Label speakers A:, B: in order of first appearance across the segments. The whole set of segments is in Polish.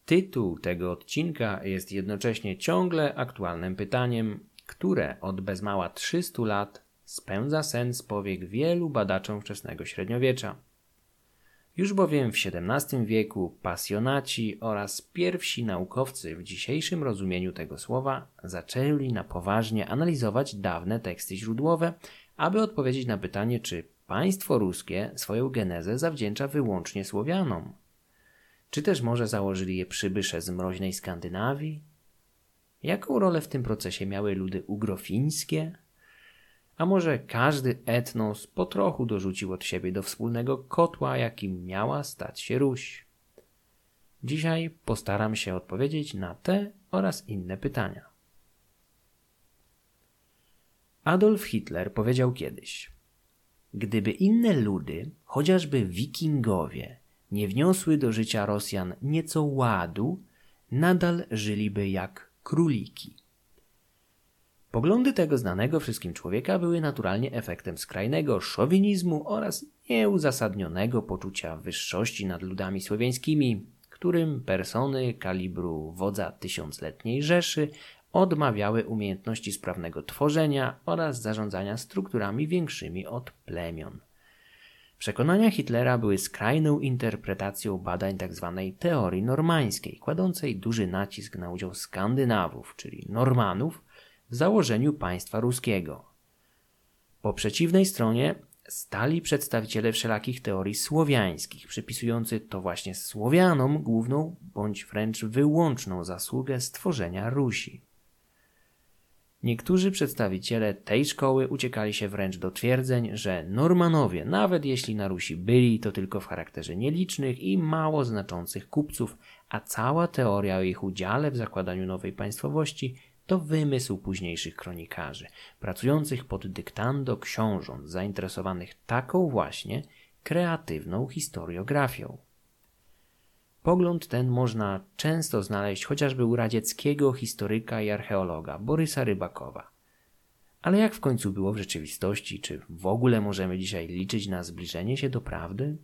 A: Tytuł tego odcinka jest jednocześnie ciągle aktualnym pytaniem, które od bez mała 300 lat spędza sen z powiek wielu badaczom wczesnego średniowiecza. Już bowiem w XVII wieku pasjonaci oraz pierwsi naukowcy w dzisiejszym rozumieniu tego słowa zaczęli na poważnie analizować dawne teksty źródłowe, aby odpowiedzieć na pytanie, czy państwo ruskie swoją genezę zawdzięcza wyłącznie Słowianom. Czy też może założyli je przybysze z mroźnej Skandynawii? Jaką rolę w tym procesie miały ludy ugrofińskie? A może każdy etnos po trochu dorzucił od siebie do wspólnego kotła, jakim miała stać się Ruś? Dzisiaj postaram się odpowiedzieć na te oraz inne pytania. Adolf Hitler powiedział kiedyś: gdyby inne ludy, chociażby Wikingowie, nie wniosły do życia Rosjan nieco ładu, nadal żyliby jak króliki. Poglądy tego znanego wszystkim człowieka były naturalnie efektem skrajnego szowinizmu oraz nieuzasadnionego poczucia wyższości nad ludami słowiańskimi, którym persony kalibru wodza tysiącletniej Rzeszy odmawiały umiejętności sprawnego tworzenia oraz zarządzania strukturami większymi od plemion. Przekonania Hitlera były skrajną interpretacją badań tzw. teorii normańskiej, kładącej duży nacisk na udział Skandynawów, czyli Normanów, w założeniu państwa ruskiego. Po przeciwnej stronie stali przedstawiciele wszelakich teorii słowiańskich, przypisujący to właśnie Słowianom główną bądź wręcz wyłączną zasługę stworzenia Rusi. Niektórzy przedstawiciele tej szkoły uciekali się wręcz do twierdzeń, że Normanowie, nawet jeśli na Rusi byli, to tylko w charakterze nielicznych i mało znaczących kupców, a cała teoria o ich udziale w zakładaniu nowej państwowości to wymysł późniejszych kronikarzy, pracujących pod dyktando książąt zainteresowanych taką właśnie kreatywną historiografią. Pogląd ten można często znaleźć chociażby u radzieckiego historyka i archeologa Borysa Rybakowa. Ale jak w końcu było w rzeczywistości? Czy w ogóle możemy dzisiaj liczyć na zbliżenie się do prawdy?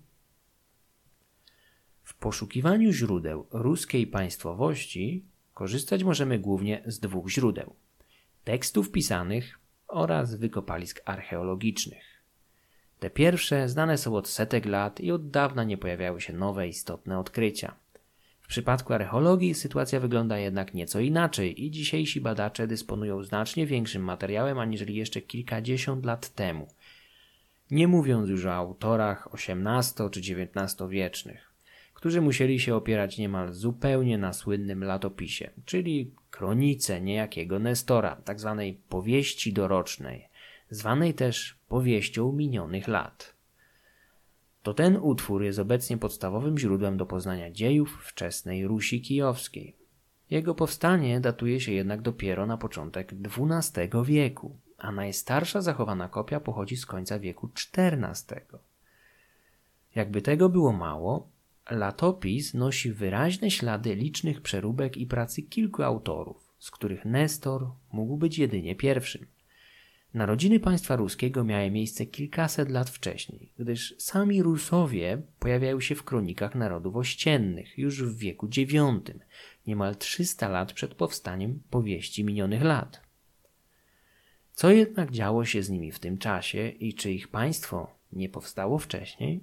A: W poszukiwaniu źródeł ruskiej państwowości korzystać możemy głównie z dwóch źródeł: tekstów pisanych oraz wykopalisk archeologicznych. Te pierwsze znane są od setek lat i od dawna nie pojawiały się nowe, istotne odkrycia. W przypadku archeologii sytuacja wygląda jednak nieco inaczej i dzisiejsi badacze dysponują znacznie większym materiałem aniżeli jeszcze kilkadziesiąt lat temu. Nie mówiąc już o autorach XVIII czy XIX wiecznych, którzy musieli się opierać niemal zupełnie na słynnym latopisie, czyli kronice niejakiego Nestora, tzw. powieści dorocznej, zwanej też powieścią minionych lat. To ten utwór jest obecnie podstawowym źródłem do poznania dziejów wczesnej Rusi kijowskiej. Jego powstanie datuje się jednak dopiero na początek XII wieku, a najstarsza zachowana kopia pochodzi z końca wieku XIV. Jakby tego było mało, latopis nosi wyraźne ślady licznych przeróbek i pracy kilku autorów, z których Nestor mógł być jedynie pierwszym. Narodziny państwa ruskiego miały miejsce kilkaset lat wcześniej, gdyż sami Rusowie pojawiają się w kronikach narodów ościennych już w wieku IX, niemal 300 lat przed powstaniem powieści minionych lat. Co jednak działo się z nimi w tym czasie i czy ich państwo nie powstało wcześniej?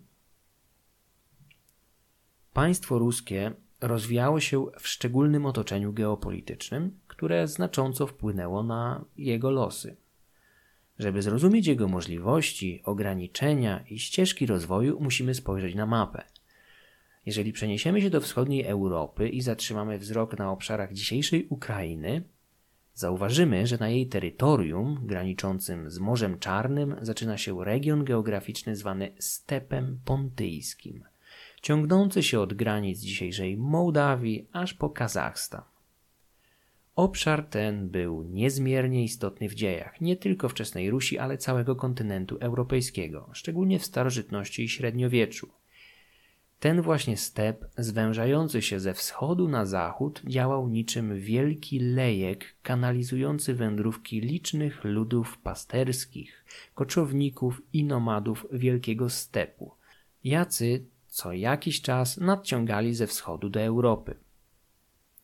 A: Państwo ruskie rozwijało się w szczególnym otoczeniu geopolitycznym, które znacząco wpłynęło na jego losy. Żeby zrozumieć jego możliwości, ograniczenia i ścieżki rozwoju, musimy spojrzeć na mapę. Jeżeli przeniesiemy się do wschodniej Europy i zatrzymamy wzrok na obszarach dzisiejszej Ukrainy, zauważymy, że na jej terytorium, graniczącym z Morzem Czarnym, zaczyna się region geograficzny zwany Stepem Pontyjskim, ciągnący się od granic dzisiejszej Mołdawii aż po Kazachstan. Obszar ten był niezmiernie istotny w dziejach nie tylko wczesnej Rusi, ale całego kontynentu europejskiego, szczególnie w starożytności i średniowieczu. Ten właśnie step, zwężający się ze wschodu na zachód, działał niczym wielki lejek kanalizujący wędrówki licznych ludów pasterskich, koczowników i nomadów wielkiego stepu, jacy co jakiś czas nadciągali ze wschodu do Europy.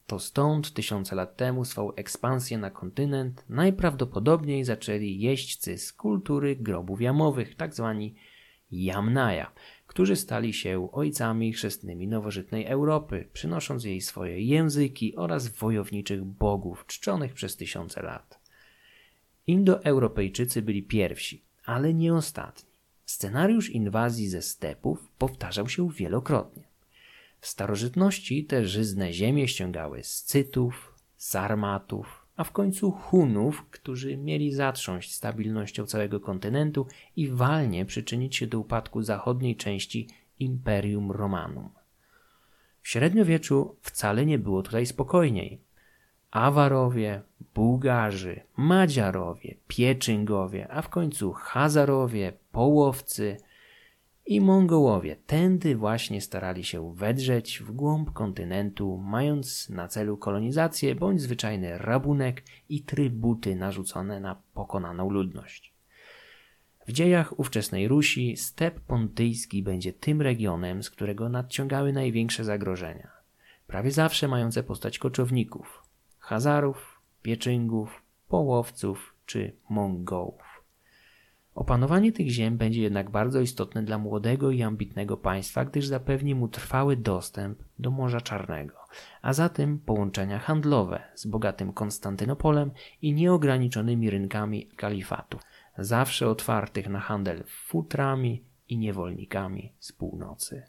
A: To stąd tysiące lat temu swą ekspansję na kontynent najprawdopodobniej zaczęli jeźdźcy z kultury grobów jamowych, tzw. Yamnaya, którzy stali się ojcami chrzestnymi nowożytnej Europy, przynosząc jej swoje języki oraz wojowniczych bogów czczonych przez tysiące lat. Indoeuropejczycy byli pierwsi, ale nie ostatni. Scenariusz inwazji ze stepów powtarzał się wielokrotnie. W starożytności te żyzne ziemie ściągały Scytów, Sarmatów, a w końcu Hunów, którzy mieli zatrząść stabilnością całego kontynentu i walnie przyczynić się do upadku zachodniej części Imperium Romanum. W średniowieczu wcale nie było tutaj spokojniej. Awarowie, Bułgarzy, Madziarowie, Pieczyngowie, a w końcu Hazarowie, Połowcy i Mongołowie tędy właśnie starali się wedrzeć w głąb kontynentu, mając na celu kolonizację bądź zwyczajny rabunek i trybuty narzucone na pokonaną ludność. W dziejach ówczesnej Rusi step pontyjski będzie tym regionem, z którego nadciągały największe zagrożenia, prawie zawsze mające postać koczowników, Hazarów, Pieczyngów, Połowców czy Mongołów. Opanowanie tych ziem będzie jednak bardzo istotne dla młodego i ambitnego państwa, gdyż zapewni mu trwały dostęp do Morza Czarnego, a zatem połączenia handlowe z bogatym Konstantynopolem i nieograniczonymi rynkami kalifatu, zawsze otwartych na handel futrami i niewolnikami z północy.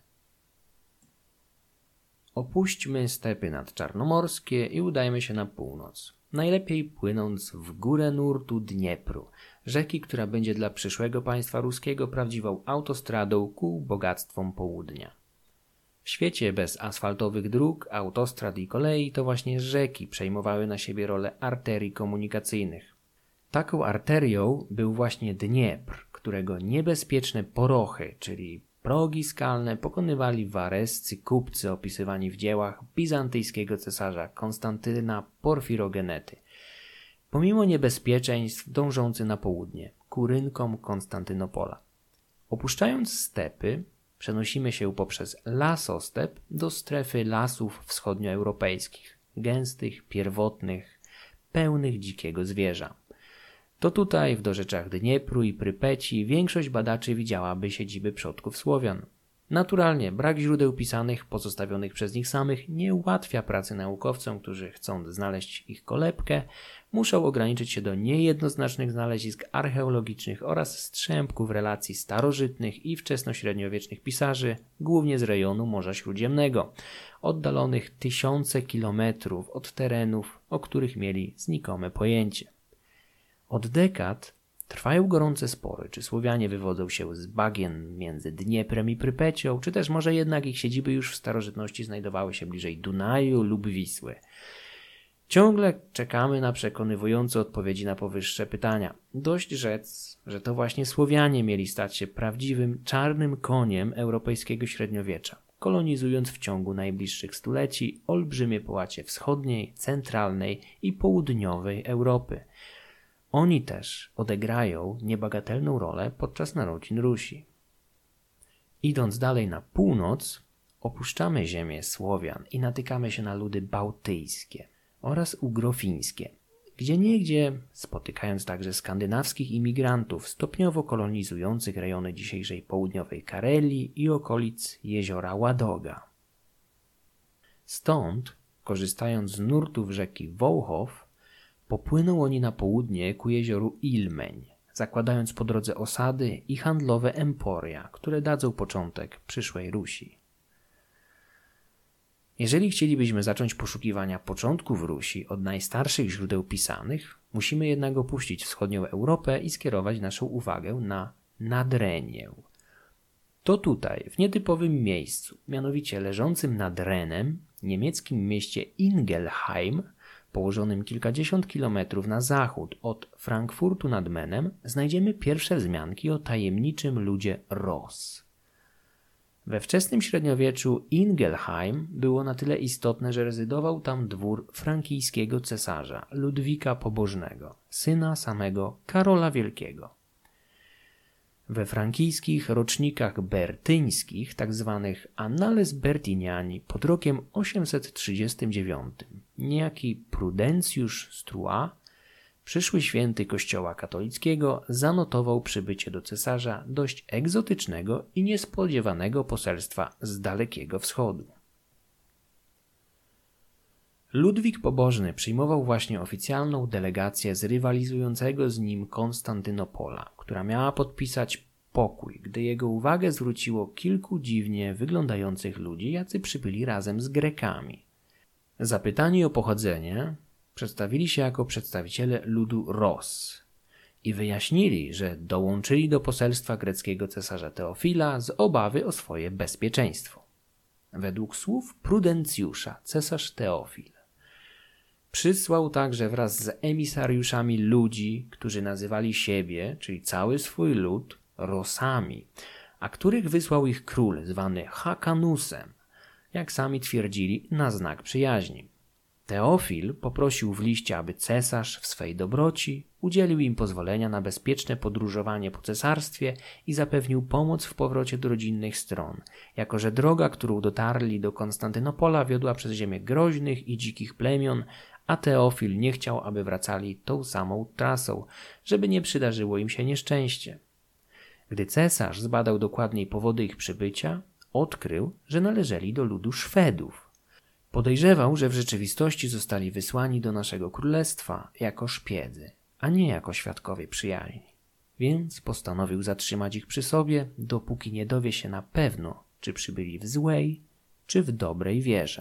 A: Opuśćmy stepy nadczarnomorskie i udajmy się na północ. Najlepiej płynąc w górę nurtu Dniepru, rzeki, która będzie dla przyszłego państwa ruskiego prawdziwą autostradą ku bogactwom południa. W świecie bez asfaltowych dróg, autostrad i kolei to właśnie rzeki przejmowały na siebie rolę arterii komunikacyjnych. Taką arterią był właśnie Dniepr, którego niebezpieczne porochy, czyli progi skalne, pokonywali warescy kupcy opisywani w dziełach bizantyjskiego cesarza Konstantyna Porfirogenety. Pomimo niebezpieczeństw dążący na południe, ku rynkom Konstantynopola. Opuszczając stepy, przenosimy się poprzez lasostep do strefy lasów wschodnioeuropejskich, gęstych, pierwotnych, pełnych dzikiego zwierza. To tutaj, w dorzeczach Dniepru i Prypeci, większość badaczy widziałaby siedziby przodków Słowian. Naturalnie, brak źródeł pisanych pozostawionych przez nich samych nie ułatwia pracy naukowcom, którzy, chcąc znaleźć ich kolebkę, muszą ograniczyć się do niejednoznacznych znalezisk archeologicznych oraz strzępków relacji starożytnych i wczesnośredniowiecznych pisarzy, głównie z rejonu Morza Śródziemnego, oddalonych tysiące kilometrów od terenów, o których mieli znikome pojęcie. Od dekad trwają gorące spory, czy Słowianie wywodzą się z bagien między Dnieprem i Prypecią, czy też może jednak ich siedziby już w starożytności znajdowały się bliżej Dunaju lub Wisły. Ciągle czekamy na przekonywujące odpowiedzi na powyższe pytania. Dość rzec, że to właśnie Słowianie mieli stać się prawdziwym czarnym koniem europejskiego średniowiecza, kolonizując w ciągu najbliższych stuleci olbrzymie połacie wschodniej, centralnej i południowej Europy. Oni też odegrają niebagatelną rolę podczas narodzin Rusi. Idąc dalej na północ, opuszczamy ziemię Słowian i natykamy się na ludy bałtyjskie oraz ugrofińskie, gdzieniegdzie spotykając także skandynawskich imigrantów stopniowo kolonizujących rejony dzisiejszej południowej Karelii i okolic jeziora Ładoga. Stąd, korzystając z nurtów rzeki Wołchow, popłyną oni na południe ku jezioru Ilmeń, zakładając po drodze osady i handlowe emporia, które dadzą początek przyszłej Rusi. Jeżeli chcielibyśmy zacząć poszukiwania początków Rusi od najstarszych źródeł pisanych, musimy jednak opuścić wschodnią Europę i skierować naszą uwagę na Nadrenię. To tutaj, w nietypowym miejscu, mianowicie leżącym nad Renem, niemieckim mieście Ingelheim, położonym kilkadziesiąt kilometrów na zachód od Frankfurtu nad Menem, znajdziemy pierwsze wzmianki o tajemniczym ludzie Ros. We wczesnym średniowieczu Ingelheim było na tyle istotne, że rezydował tam dwór frankijskiego cesarza Ludwika Pobożnego, syna samego Karola Wielkiego. We frankijskich rocznikach bertyńskich, tzw. Annales Bertiniani, pod rokiem 839 niejaki Prudencjusz z Troyes, przyszły święty kościoła katolickiego, zanotował przybycie do cesarza dość egzotycznego i niespodziewanego poselstwa z Dalekiego Wschodu. Ludwik Pobożny przyjmował właśnie oficjalną delegację z rywalizującego z nim Konstantynopola, która miała podpisać pokój, gdy jego uwagę zwróciło kilku dziwnie wyglądających ludzi, jacy przybyli razem z Grekami. Zapytani o pochodzenie, przedstawili się jako przedstawiciele ludu Ros i wyjaśnili, że dołączyli do poselstwa greckiego cesarza Teofila z obawy o swoje bezpieczeństwo. Według słów Prudencjusza cesarz Teofil przysłał także wraz z emisariuszami ludzi, którzy nazywali siebie, czyli cały swój lud, Rosami, a których wysłał ich król zwany Hakanusem, jak sami twierdzili, na znak przyjaźni. Teofil poprosił w liście, aby cesarz w swej dobroci udzielił im pozwolenia na bezpieczne podróżowanie po cesarstwie i zapewnił pomoc w powrocie do rodzinnych stron, jako że droga, którą dotarli do Konstantynopola, wiodła przez ziemię groźnych i dzikich plemion, a Teofil nie chciał, aby wracali tą samą trasą, żeby nie przydarzyło im się nieszczęście. Gdy cesarz zbadał dokładniej powody ich przybycia, odkrył, że należeli do ludu Szwedów. Podejrzewał, że w rzeczywistości zostali wysłani do naszego królestwa jako szpiedzy, a nie jako świadkowie przyjaźni. Więc postanowił zatrzymać ich przy sobie, dopóki nie dowie się na pewno, czy przybyli w złej, czy w dobrej wierze.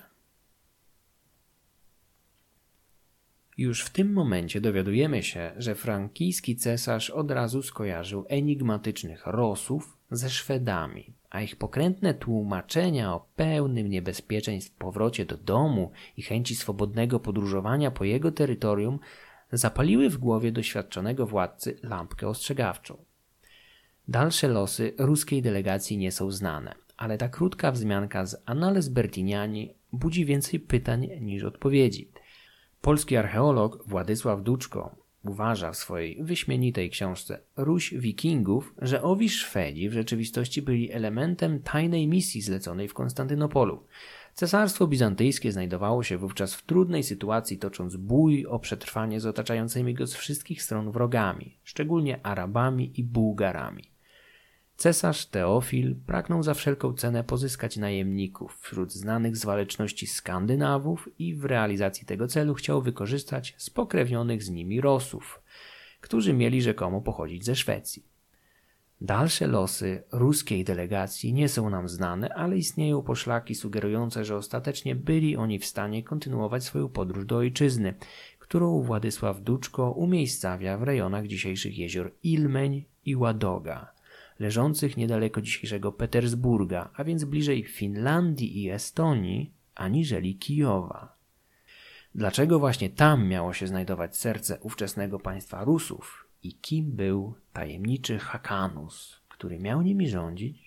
A: Już w tym momencie dowiadujemy się, że frankijski cesarz od razu skojarzył enigmatycznych Rosów ze Szwedami, a ich pokrętne tłumaczenia o pełnym niebezpieczeństw powrocie do domu i chęci swobodnego podróżowania po jego terytorium zapaliły w głowie doświadczonego władcy lampkę ostrzegawczą. Dalsze losy ruskiej delegacji nie są znane, ale ta krótka wzmianka z Annales Bertiniani budzi więcej pytań niż odpowiedzi. Polski archeolog Władysław Duczko uważa w swojej wyśmienitej książce Ruś Wikingów, że owi Szwedzi w rzeczywistości byli elementem tajnej misji zleconej w Konstantynopolu. Cesarstwo bizantyjskie znajdowało się wówczas w trudnej sytuacji, tocząc bój o przetrwanie z otaczającymi go z wszystkich stron wrogami, szczególnie Arabami i Bułgarami. Cesarz Teofil pragnął za wszelką cenę pozyskać najemników wśród znanych z waleczności Skandynawów i w realizacji tego celu chciał wykorzystać spokrewnionych z nimi Rosów, którzy mieli rzekomo pochodzić ze Szwecji. Dalsze losy ruskiej delegacji nie są nam znane, ale istnieją poszlaki sugerujące, że ostatecznie byli oni w stanie kontynuować swoją podróż do ojczyzny, którą Władysław Duczko umiejscawia w rejonach dzisiejszych jezior Ilmeń i Ładoga, leżących niedaleko dzisiejszego Petersburga, a więc bliżej Finlandii i Estonii, aniżeli Kijowa. Dlaczego właśnie tam miało się znajdować serce ówczesnego państwa Rusów i kim był tajemniczy Hakanus, który miał nimi rządzić?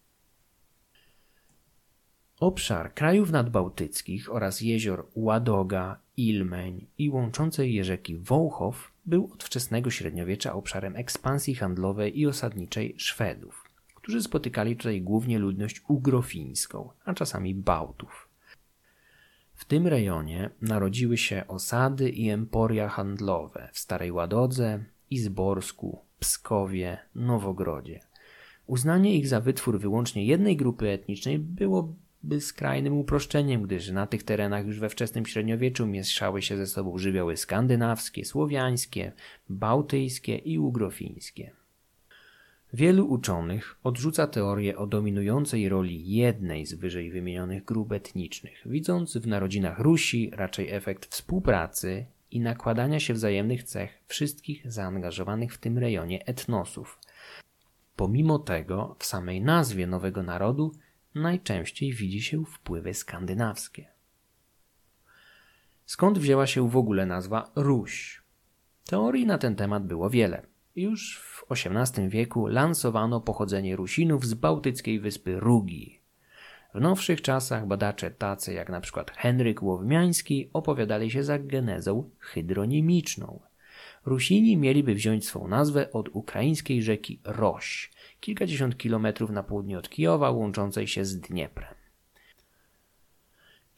A: Obszar krajów nadbałtyckich oraz jezior Ładoga, Ilmeń i łączącej je rzeki Wołchow był od wczesnego średniowiecza obszarem ekspansji handlowej i osadniczej Szwedów, którzy spotykali tutaj głównie ludność ugrofińską, a czasami Bałtów. W tym rejonie narodziły się osady i emporia handlowe w Starej Ładodze, Izborsku, Pskowie, Nowogrodzie. Uznanie ich za wytwór wyłącznie jednej grupy etnicznej byłoby skrajnym uproszczeniem, gdyż na tych terenach już we wczesnym średniowieczu mieszały się ze sobą żywioły skandynawskie, słowiańskie, bałtyjskie i ugrofińskie. Wielu uczonych odrzuca teorię o dominującej roli jednej z wyżej wymienionych grup etnicznych, widząc w narodzinach Rusi raczej efekt współpracy i nakładania się wzajemnych cech wszystkich zaangażowanych w tym rejonie etnosów. Pomimo tego w samej nazwie nowego narodu najczęściej widzi się wpływy skandynawskie. Skąd wzięła się w ogóle nazwa Ruś? Teorii na ten temat było wiele. Już w XVIII wieku lansowano pochodzenie Rusinów z bałtyckiej wyspy Rugi. W nowszych czasach badacze tacy jak na przykład Henryk Łowmiański opowiadali się za genezą hydronimiczną. Rusini mieliby wziąć swą nazwę od ukraińskiej rzeki Roś, kilkadziesiąt kilometrów na południe od Kijowa, łączącej się z Dnieprem.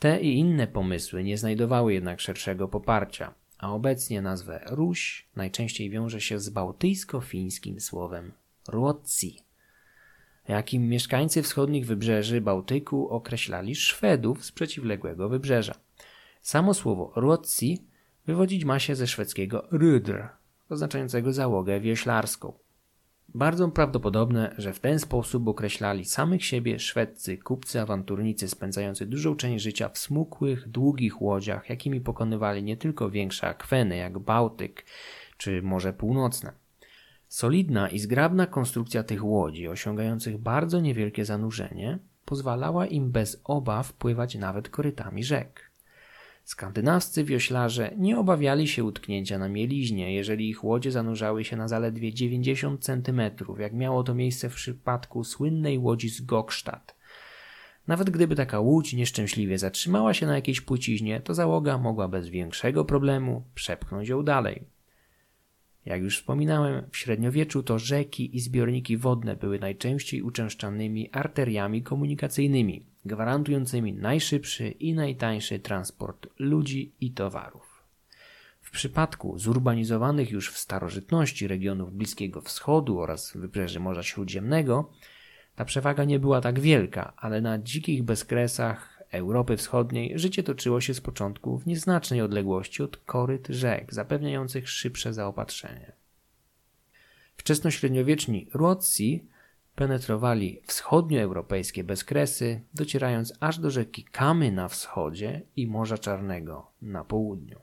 A: Te i inne pomysły nie znajdowały jednak szerszego poparcia, a obecnie nazwę Ruś najczęściej wiąże się z bałtyjsko-fińskim słowem Ruotsi, jakim mieszkańcy wschodnich wybrzeży Bałtyku określali Szwedów z przeciwległego wybrzeża. Samo słowo Ruotsi wywodzić ma się ze szwedzkiego rydr, oznaczającego załogę wioślarską. Bardzo prawdopodobne, że w ten sposób określali samych siebie szwedzcy kupcy awanturnicy spędzający dużą część życia w smukłych, długich łodziach, jakimi pokonywali nie tylko większe akweny jak Bałtyk czy Morze Północne. Solidna i zgrabna konstrukcja tych łodzi, osiągających bardzo niewielkie zanurzenie, pozwalała im bez obaw pływać nawet korytami rzek. Skandynawscy wioślarze nie obawiali się utknięcia na mieliźnie, jeżeli ich łodzie zanurzały się na zaledwie 90 cm, jak miało to miejsce w przypadku słynnej łodzi z Gokstad. Nawet gdyby taka łódź nieszczęśliwie zatrzymała się na jakiejś płyciźnie, to załoga mogła bez większego problemu przepchnąć ją dalej. Jak już wspominałem, w średniowieczu to rzeki i zbiorniki wodne były najczęściej uczęszczanymi arteriami komunikacyjnymi, gwarantującymi najszybszy i najtańszy transport ludzi i towarów. W przypadku zurbanizowanych już w starożytności regionów Bliskiego Wschodu oraz wybrzeży Morza Śródziemnego ta przewaga nie była tak wielka, ale na dzikich bezkresach Europy Wschodniej życie toczyło się z początku w nieznacznej odległości od koryt rzek, zapewniających szybsze zaopatrzenie. Wczesnośredniowieczni Ruotsi penetrowali wschodnioeuropejskie bezkresy, docierając aż do rzeki Kamy na wschodzie i Morza Czarnego na południu.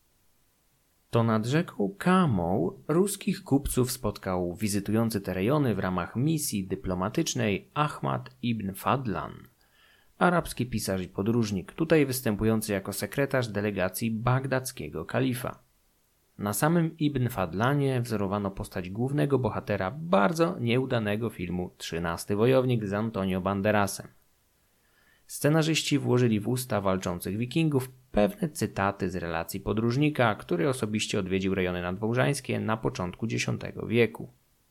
A: To nad rzeką Kamą ruskich kupców spotkał wizytujący te rejony w ramach misji dyplomatycznej Ahmad ibn Fadlan, arabski pisarz i podróżnik, tutaj występujący jako sekretarz delegacji bagdadzkiego kalifa. Na samym Ibn Fadlanie wzorowano postać głównego bohatera bardzo nieudanego filmu 13 wojownik z Antonio Banderasem. Scenarzyści włożyli w usta walczących wikingów pewne cytaty z relacji podróżnika, który osobiście odwiedził rejony nadwołżańskie na początku X wieku.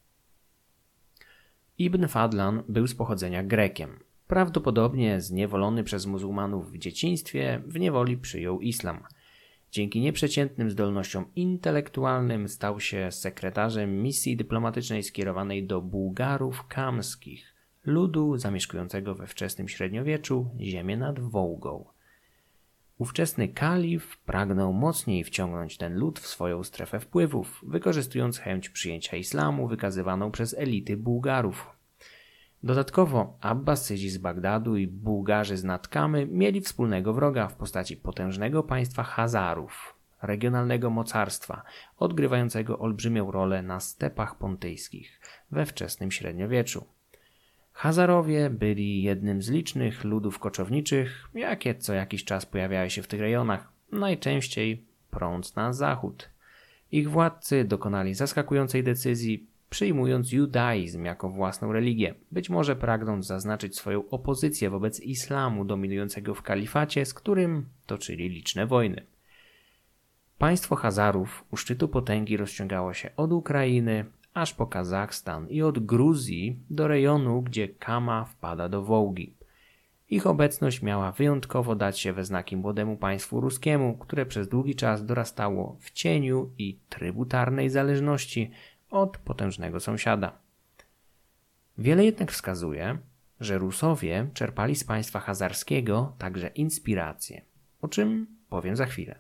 A: Ibn Fadlan był z pochodzenia Grekiem. Prawdopodobnie zniewolony przez muzułmanów w dzieciństwie, w niewoli przyjął islam. Dzięki nieprzeciętnym zdolnościom intelektualnym stał się sekretarzem misji dyplomatycznej skierowanej do Bułgarów kamskich, ludu zamieszkującego we wczesnym średniowieczu ziemię nad Wołgą. Ówczesny kalif pragnął mocniej wciągnąć ten lud w swoją strefę wpływów, wykorzystując chęć przyjęcia islamu wykazywaną przez elity Bułgarów. Dodatkowo Abbasydzi z Bagdadu i Bułgarzy z Nadkamy mieli wspólnego wroga w postaci potężnego państwa Chazarów, regionalnego mocarstwa, odgrywającego olbrzymią rolę na stepach pontyjskich we wczesnym średniowieczu. Chazarowie byli jednym z licznych ludów koczowniczych, jakie co jakiś czas pojawiały się w tych rejonach, najczęściej prąc na zachód. Ich władcy dokonali zaskakującej decyzji, przyjmując judaizm jako własną religię, być może pragnąc zaznaczyć swoją opozycję wobec islamu dominującego w kalifacie, z którym toczyli liczne wojny. Państwo Chazarów u szczytu potęgi rozciągało się od Ukrainy aż po Kazachstan i od Gruzji do rejonu, gdzie Kama wpada do Wołgi. Ich obecność miała wyjątkowo dać się we znaki młodemu państwu ruskiemu, które przez długi czas dorastało w cieniu i trybutarnej zależności od potężnego sąsiada. Wiele jednak wskazuje, że Rusowie czerpali z państwa chazarskiego także inspirację, o czym powiem za chwilę.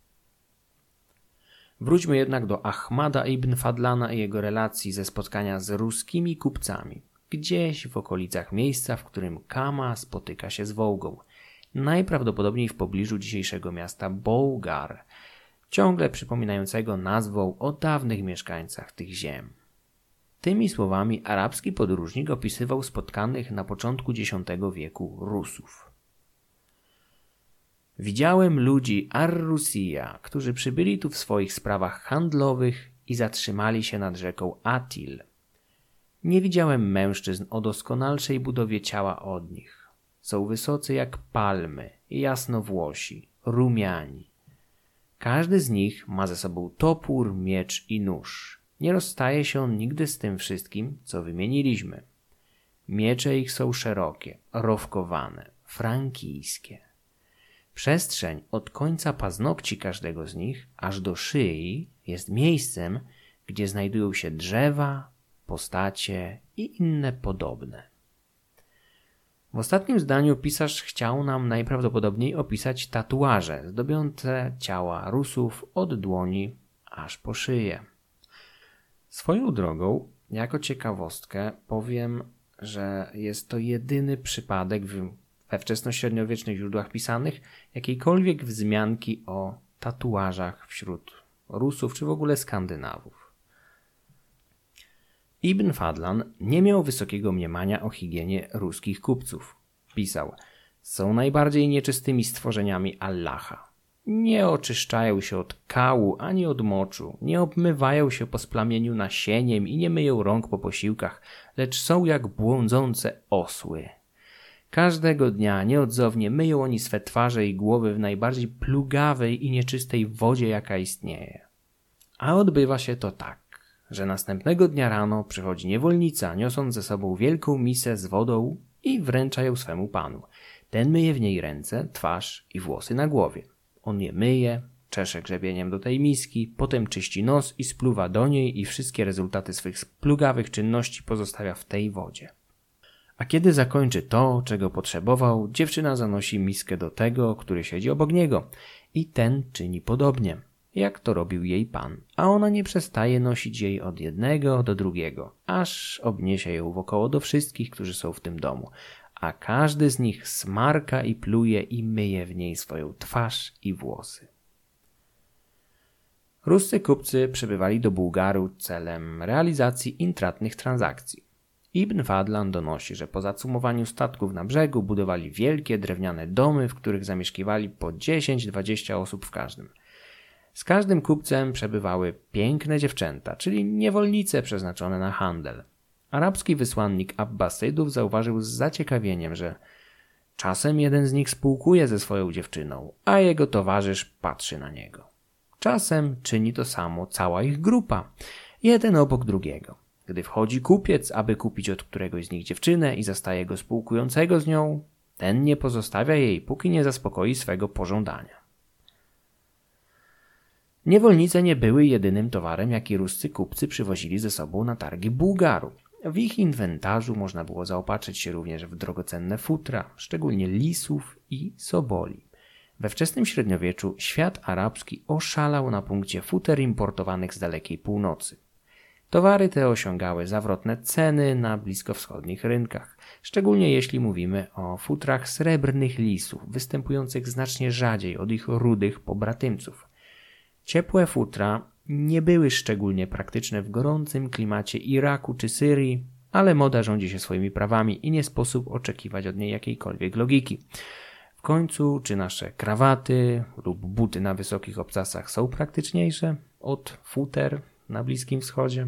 A: Wróćmy jednak do Ahmada ibn Fadlana i jego relacji ze spotkania z ruskimi kupcami, gdzieś w okolicach miejsca, w którym Kama spotyka się z Wołgą, najprawdopodobniej w pobliżu dzisiejszego miasta Bołgar, ciągle przypominającego nazwą o dawnych mieszkańcach tych ziem. Tymi słowami arabski podróżnik opisywał spotkanych na początku X wieku Rusów. Widziałem ludzi Ar-Rusija, którzy przybyli tu w swoich sprawach handlowych i zatrzymali się nad rzeką Atil. Nie widziałem mężczyzn o doskonalszej budowie ciała od nich. Są wysocy jak palmy, jasnowłosi, rumiani. Każdy z nich ma ze sobą topór, miecz i nóż. Nie rozstaje się on nigdy z tym wszystkim, co wymieniliśmy. Miecze ich są szerokie, rowkowane, frankijskie. Przestrzeń od końca paznokci każdego z nich aż do szyi jest miejscem, gdzie znajdują się drzewa, postacie i inne podobne. W ostatnim zdaniu pisarz chciał nam najprawdopodobniej opisać tatuaże zdobiące ciała Rusów od dłoni aż po szyję. Swoją drogą, jako ciekawostkę powiem, że jest to jedyny przypadek we wczesnośredniowiecznych źródłach pisanych jakiejkolwiek wzmianki o tatuażach wśród Rusów czy w ogóle Skandynawów. Ibn Fadlan nie miał wysokiego mniemania o higienie ruskich kupców. Pisał: są najbardziej nieczystymi stworzeniami Allaha. Nie oczyszczają się od kału ani od moczu, nie obmywają się po splamieniu nasieniem i nie myją rąk po posiłkach, lecz są jak błądzące osły. Każdego dnia nieodzownie myją oni swe twarze i głowy w najbardziej plugawej i nieczystej wodzie, jaka istnieje. A odbywa się to tak, że następnego dnia rano przychodzi niewolnica, niosąc ze sobą wielką misę z wodą i wręcza ją swemu panu. Ten myje w niej ręce, twarz i włosy na głowie. On je myje, czesze grzebieniem do tej miski, potem czyści nos i spluwa do niej i wszystkie rezultaty swych plugawych czynności pozostawia w tej wodzie. A kiedy zakończy to, czego potrzebował, dziewczyna zanosi miskę do tego, który siedzi obok niego i ten czyni podobnie, jak to robił jej pan, a ona nie przestaje nosić jej od jednego do drugiego, aż obniesie ją wokoło do wszystkich, którzy są w tym domu, a każdy z nich smarka i pluje i myje w niej swoją twarz i włosy. Ruscy kupcy przybywali do Bułgaru celem realizacji intratnych transakcji. Ibn Fadlan donosi, że po zacumowaniu statków na brzegu budowali wielkie drewniane domy, w których zamieszkiwali po 10-20 osób w każdym. Z każdym kupcem przebywały piękne dziewczęta, czyli niewolnice przeznaczone na handel. Arabski wysłannik Abbasydów zauważył z zaciekawieniem, że czasem jeden z nich spółkuje ze swoją dziewczyną, a jego towarzysz patrzy na niego. Czasem czyni to samo cała ich grupa, jeden obok drugiego. Gdy wchodzi kupiec, aby kupić od któregoś z nich dziewczynę i zastaje go spółkującego z nią, ten nie pozostawia jej, póki nie zaspokoi swego pożądania. Niewolnice nie były jedynym towarem, jaki ruscy kupcy przywozili ze sobą na targi Bułgaru. W ich inwentarzu można było zaopatrzyć się również w drogocenne futra, szczególnie lisów i soboli. We wczesnym średniowieczu świat arabski oszalał na punkcie futer importowanych z dalekiej północy. Towary te osiągały zawrotne ceny na bliskowschodnich rynkach, szczególnie jeśli mówimy o futrach srebrnych lisów, występujących znacznie rzadziej od ich rudych pobratymców. Ciepłe futra nie były szczególnie praktyczne w gorącym klimacie Iraku czy Syrii, ale moda rządzi się swoimi prawami i nie sposób oczekiwać od niej jakiejkolwiek logiki. W końcu, czy nasze krawaty lub buty na wysokich obcasach są praktyczniejsze od futer na Bliskim Wschodzie?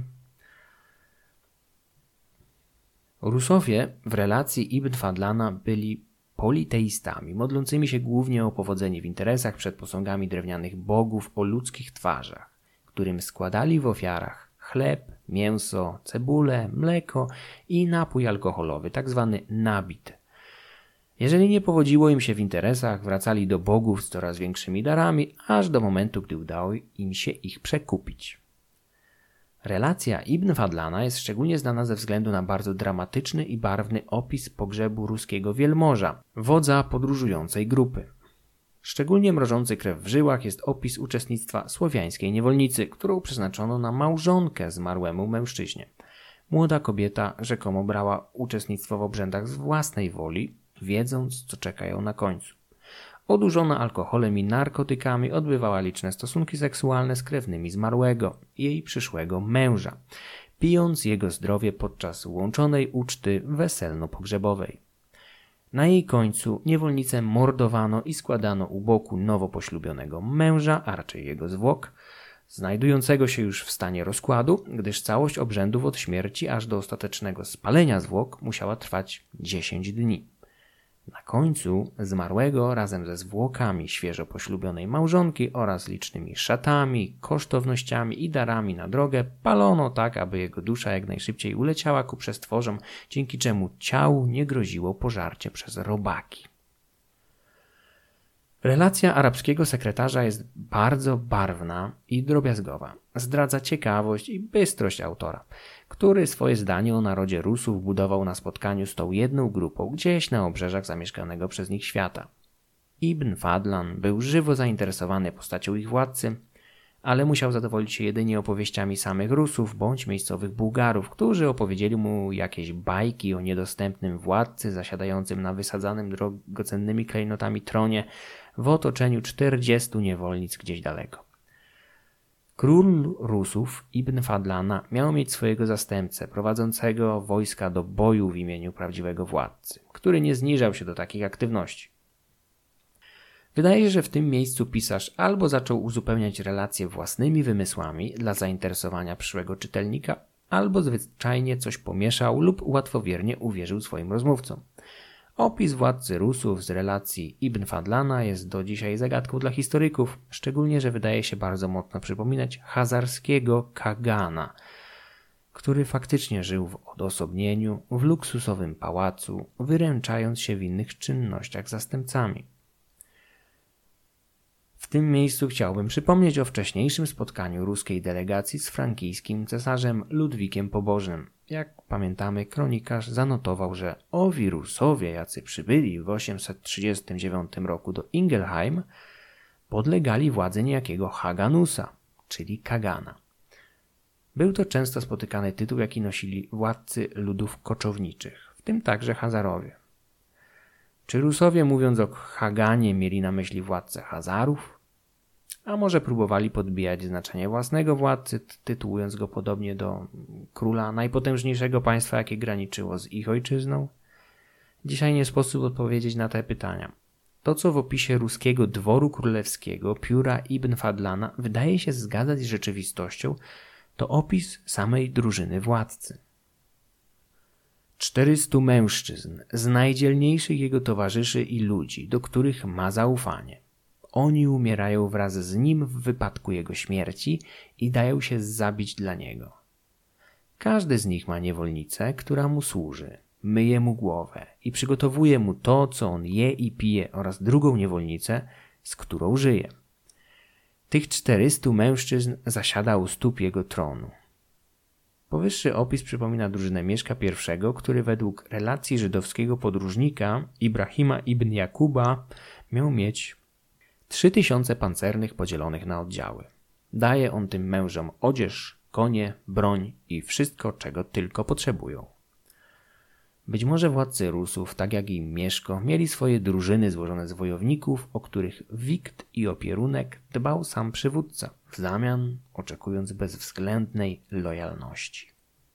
A: Rusowie w relacji Ibn Fadlana byli politeistami, modlącymi się głównie o powodzenie w interesach przed posągami drewnianych bogów o ludzkich twarzach, którym składali w ofiarach chleb, mięso, cebulę, mleko i napój alkoholowy, tzw. nabit. Jeżeli nie powodziło im się w interesach, wracali do bogów z coraz większymi darami, aż do momentu, gdy udało im się ich przekupić. Relacja Ibn Fadlana jest szczególnie znana ze względu na bardzo dramatyczny i barwny opis pogrzebu ruskiego wielmoża, wodza podróżującej grupy. Szczególnie mrożący krew w żyłach jest opis uczestnictwa słowiańskiej niewolnicy, którą przeznaczono na małżonkę zmarłemu mężczyźnie. Młoda kobieta rzekomo brała uczestnictwo w obrzędach z własnej woli, wiedząc, co czeka ją na końcu. Odurzona alkoholem i narkotykami odbywała liczne stosunki seksualne z krewnymi zmarłego, jej przyszłego męża, pijąc jego zdrowie podczas łączonej uczty weselno-pogrzebowej. Na jej końcu niewolnicę mordowano i składano u boku nowo poślubionego męża, a raczej jego zwłok, znajdującego się już w stanie rozkładu, gdyż całość obrzędów od śmierci aż do ostatecznego spalenia zwłok musiała trwać 10 dni. Na końcu zmarłego razem ze zwłokami świeżo poślubionej małżonki oraz licznymi szatami, kosztownościami i darami na drogę palono tak, aby jego dusza jak najszybciej uleciała ku przestworzom, dzięki czemu ciału nie groziło pożarcie przez robaki. Relacja arabskiego sekretarza jest bardzo barwna i drobiazgowa. Zdradza ciekawość i bystrość autora, który swoje zdanie o narodzie Rusów budował na spotkaniu z tą jedną grupą gdzieś na obrzeżach zamieszkanego przez nich świata. Ibn Fadlan był żywo zainteresowany postacią ich władcy, ale musiał zadowolić się jedynie opowieściami samych Rusów bądź miejscowych Bułgarów, którzy opowiedzieli mu jakieś bajki o niedostępnym władcy zasiadającym na wysadzanym drogocennymi klejnotami tronie w otoczeniu 40 niewolnic gdzieś daleko. Król Rusów Ibn Fadlana miał mieć swojego zastępcę, prowadzącego wojska do boju w imieniu prawdziwego władcy, który nie zniżał się do takich aktywności. Wydaje się, że w tym miejscu pisarz albo zaczął uzupełniać relacje własnymi wymysłami dla zainteresowania przyszłego czytelnika, albo zwyczajnie coś pomieszał lub łatwowiernie uwierzył swoim rozmówcom. Opis władcy Rusów z relacji Ibn Fadlana jest do dzisiaj zagadką dla historyków, szczególnie, że wydaje się bardzo mocno przypominać chazarskiego kagana, który faktycznie żył w odosobnieniu, w luksusowym pałacu, wyręczając się w innych czynnościach zastępcami. W tym miejscu chciałbym przypomnieć o wcześniejszym spotkaniu ruskiej delegacji z frankijskim cesarzem Ludwikiem Pobożnym. Jak pamiętamy, kronikarz zanotował, że owi Rusowie, jacy przybyli w 839 roku do Ingelheim, podlegali władzy niejakiego Haganusa, czyli Kagana. Był to często spotykany tytuł, jaki nosili władcy ludów koczowniczych, w tym także Hazarowie. Czy Rusowie, mówiąc o Haganie, mieli na myśli władcę Hazarów? A może próbowali podbijać znaczenie własnego władcy, tytułując go podobnie do króla najpotężniejszego państwa, jakie graniczyło z ich ojczyzną? Dzisiaj nie sposób odpowiedzieć na te pytania. To, co w opisie ruskiego dworu królewskiego pióra Ibn Fadlana wydaje się zgadzać z rzeczywistością, to opis samej drużyny władcy. 400 mężczyzn z najdzielniejszych jego towarzyszy i ludzi, do których ma zaufanie. Oni umierają wraz z nim w wypadku jego śmierci i dają się zabić dla niego. Każdy z nich ma niewolnicę, która mu służy, myje mu głowę i przygotowuje mu to, co on je i pije, oraz drugą niewolnicę, z którą żyje. Tych 400 mężczyzn zasiada u stóp jego tronu. Powyższy opis przypomina drużynę Mieszka I, który według relacji żydowskiego podróżnika Ibrahima ibn Jakuba miał mieć 3000 pancernych podzielonych na oddziały. Daje on tym mężom odzież, konie, broń i wszystko, czego tylko potrzebują. Być może władcy Rusów, tak jak i Mieszko, mieli swoje drużyny złożone z wojowników, o których wikt i opierunek dbał sam przywódca, w zamian oczekując bezwzględnej lojalności.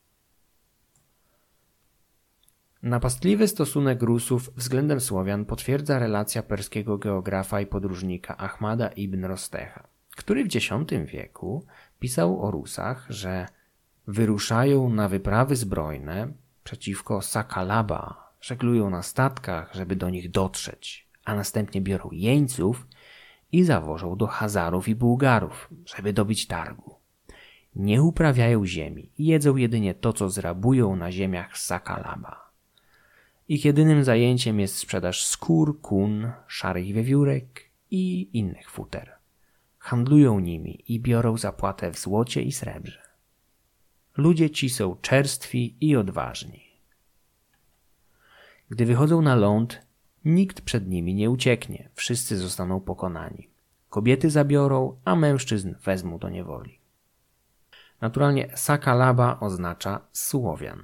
A: Napastliwy stosunek Rusów względem Słowian potwierdza relacja perskiego geografa i podróżnika Ahmada ibn Rostecha, który w X wieku pisał o Rusach, że wyruszają na wyprawy zbrojne przeciwko Sakalaba, żeglują na statkach, żeby do nich dotrzeć, a następnie biorą jeńców i zawożą do Hazarów i Bułgarów, żeby dobić targu. Nie uprawiają ziemi i jedzą jedynie to, co zrabują na ziemiach Sakalaba. Ich jedynym zajęciem jest sprzedaż skór, kun, szarych wiewiórek i innych futer. Handlują nimi i biorą zapłatę w złocie i srebrze. Ludzie ci są czerstwi i odważni. Gdy wychodzą na ląd, nikt przed nimi nie ucieknie, wszyscy zostaną pokonani. Kobiety zabiorą, a mężczyzn wezmą do niewoli. Naturalnie Sakalaba oznacza Słowian.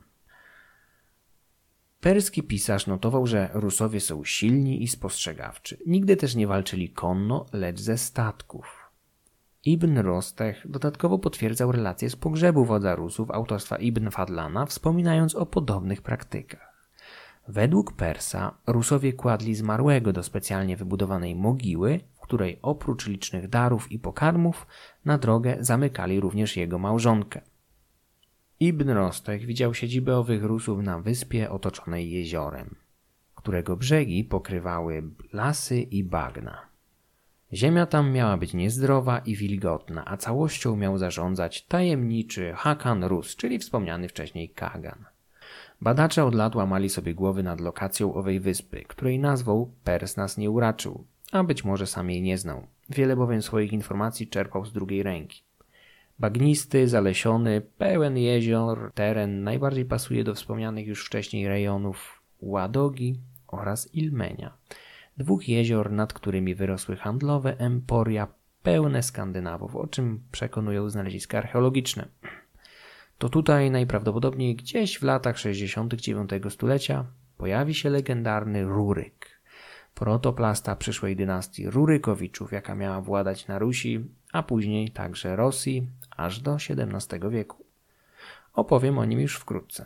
A: Perski pisarz notował, że Rusowie są silni i spostrzegawczy. Nigdy też nie walczyli konno, lecz ze statków. Ibn Rostech dodatkowo potwierdzał relacje z pogrzebu wodza Rusów autorstwa Ibn Fadlana, wspominając o podobnych praktykach. Według Persa Rusowie kładli zmarłego do specjalnie wybudowanej mogiły, w której oprócz licznych darów i pokarmów na drogę zamykali również jego małżonkę. Ibn Rostech widział siedzibę owych Rusów na wyspie otoczonej jeziorem, którego brzegi pokrywały lasy i bagna. Ziemia tam miała być niezdrowa i wilgotna, a całością miał zarządzać tajemniczy Hakan Rus, czyli wspomniany wcześniej Kagan. Badacze od lat łamali sobie głowy nad lokacją owej wyspy, której nazwą Pers nas nie uraczył, a być może sam jej nie znał. Wiele bowiem swoich informacji czerpał z drugiej ręki. Bagnisty, zalesiony, pełen jezior teren najbardziej pasuje do wspomnianych już wcześniej rejonów Ładogi oraz Ilmenia. 2 jezior, nad którymi wyrosły handlowe emporia pełne Skandynawów, o czym przekonują znaleziska archeologiczne. To tutaj najprawdopodobniej gdzieś w latach 60. IX stulecia pojawi się legendarny Ruryk, protoplasta przyszłej dynastii Rurykowiczów, jaka miała władać na Rusi, a później także Rosji, aż do XVII wieku. Opowiem o nim już wkrótce.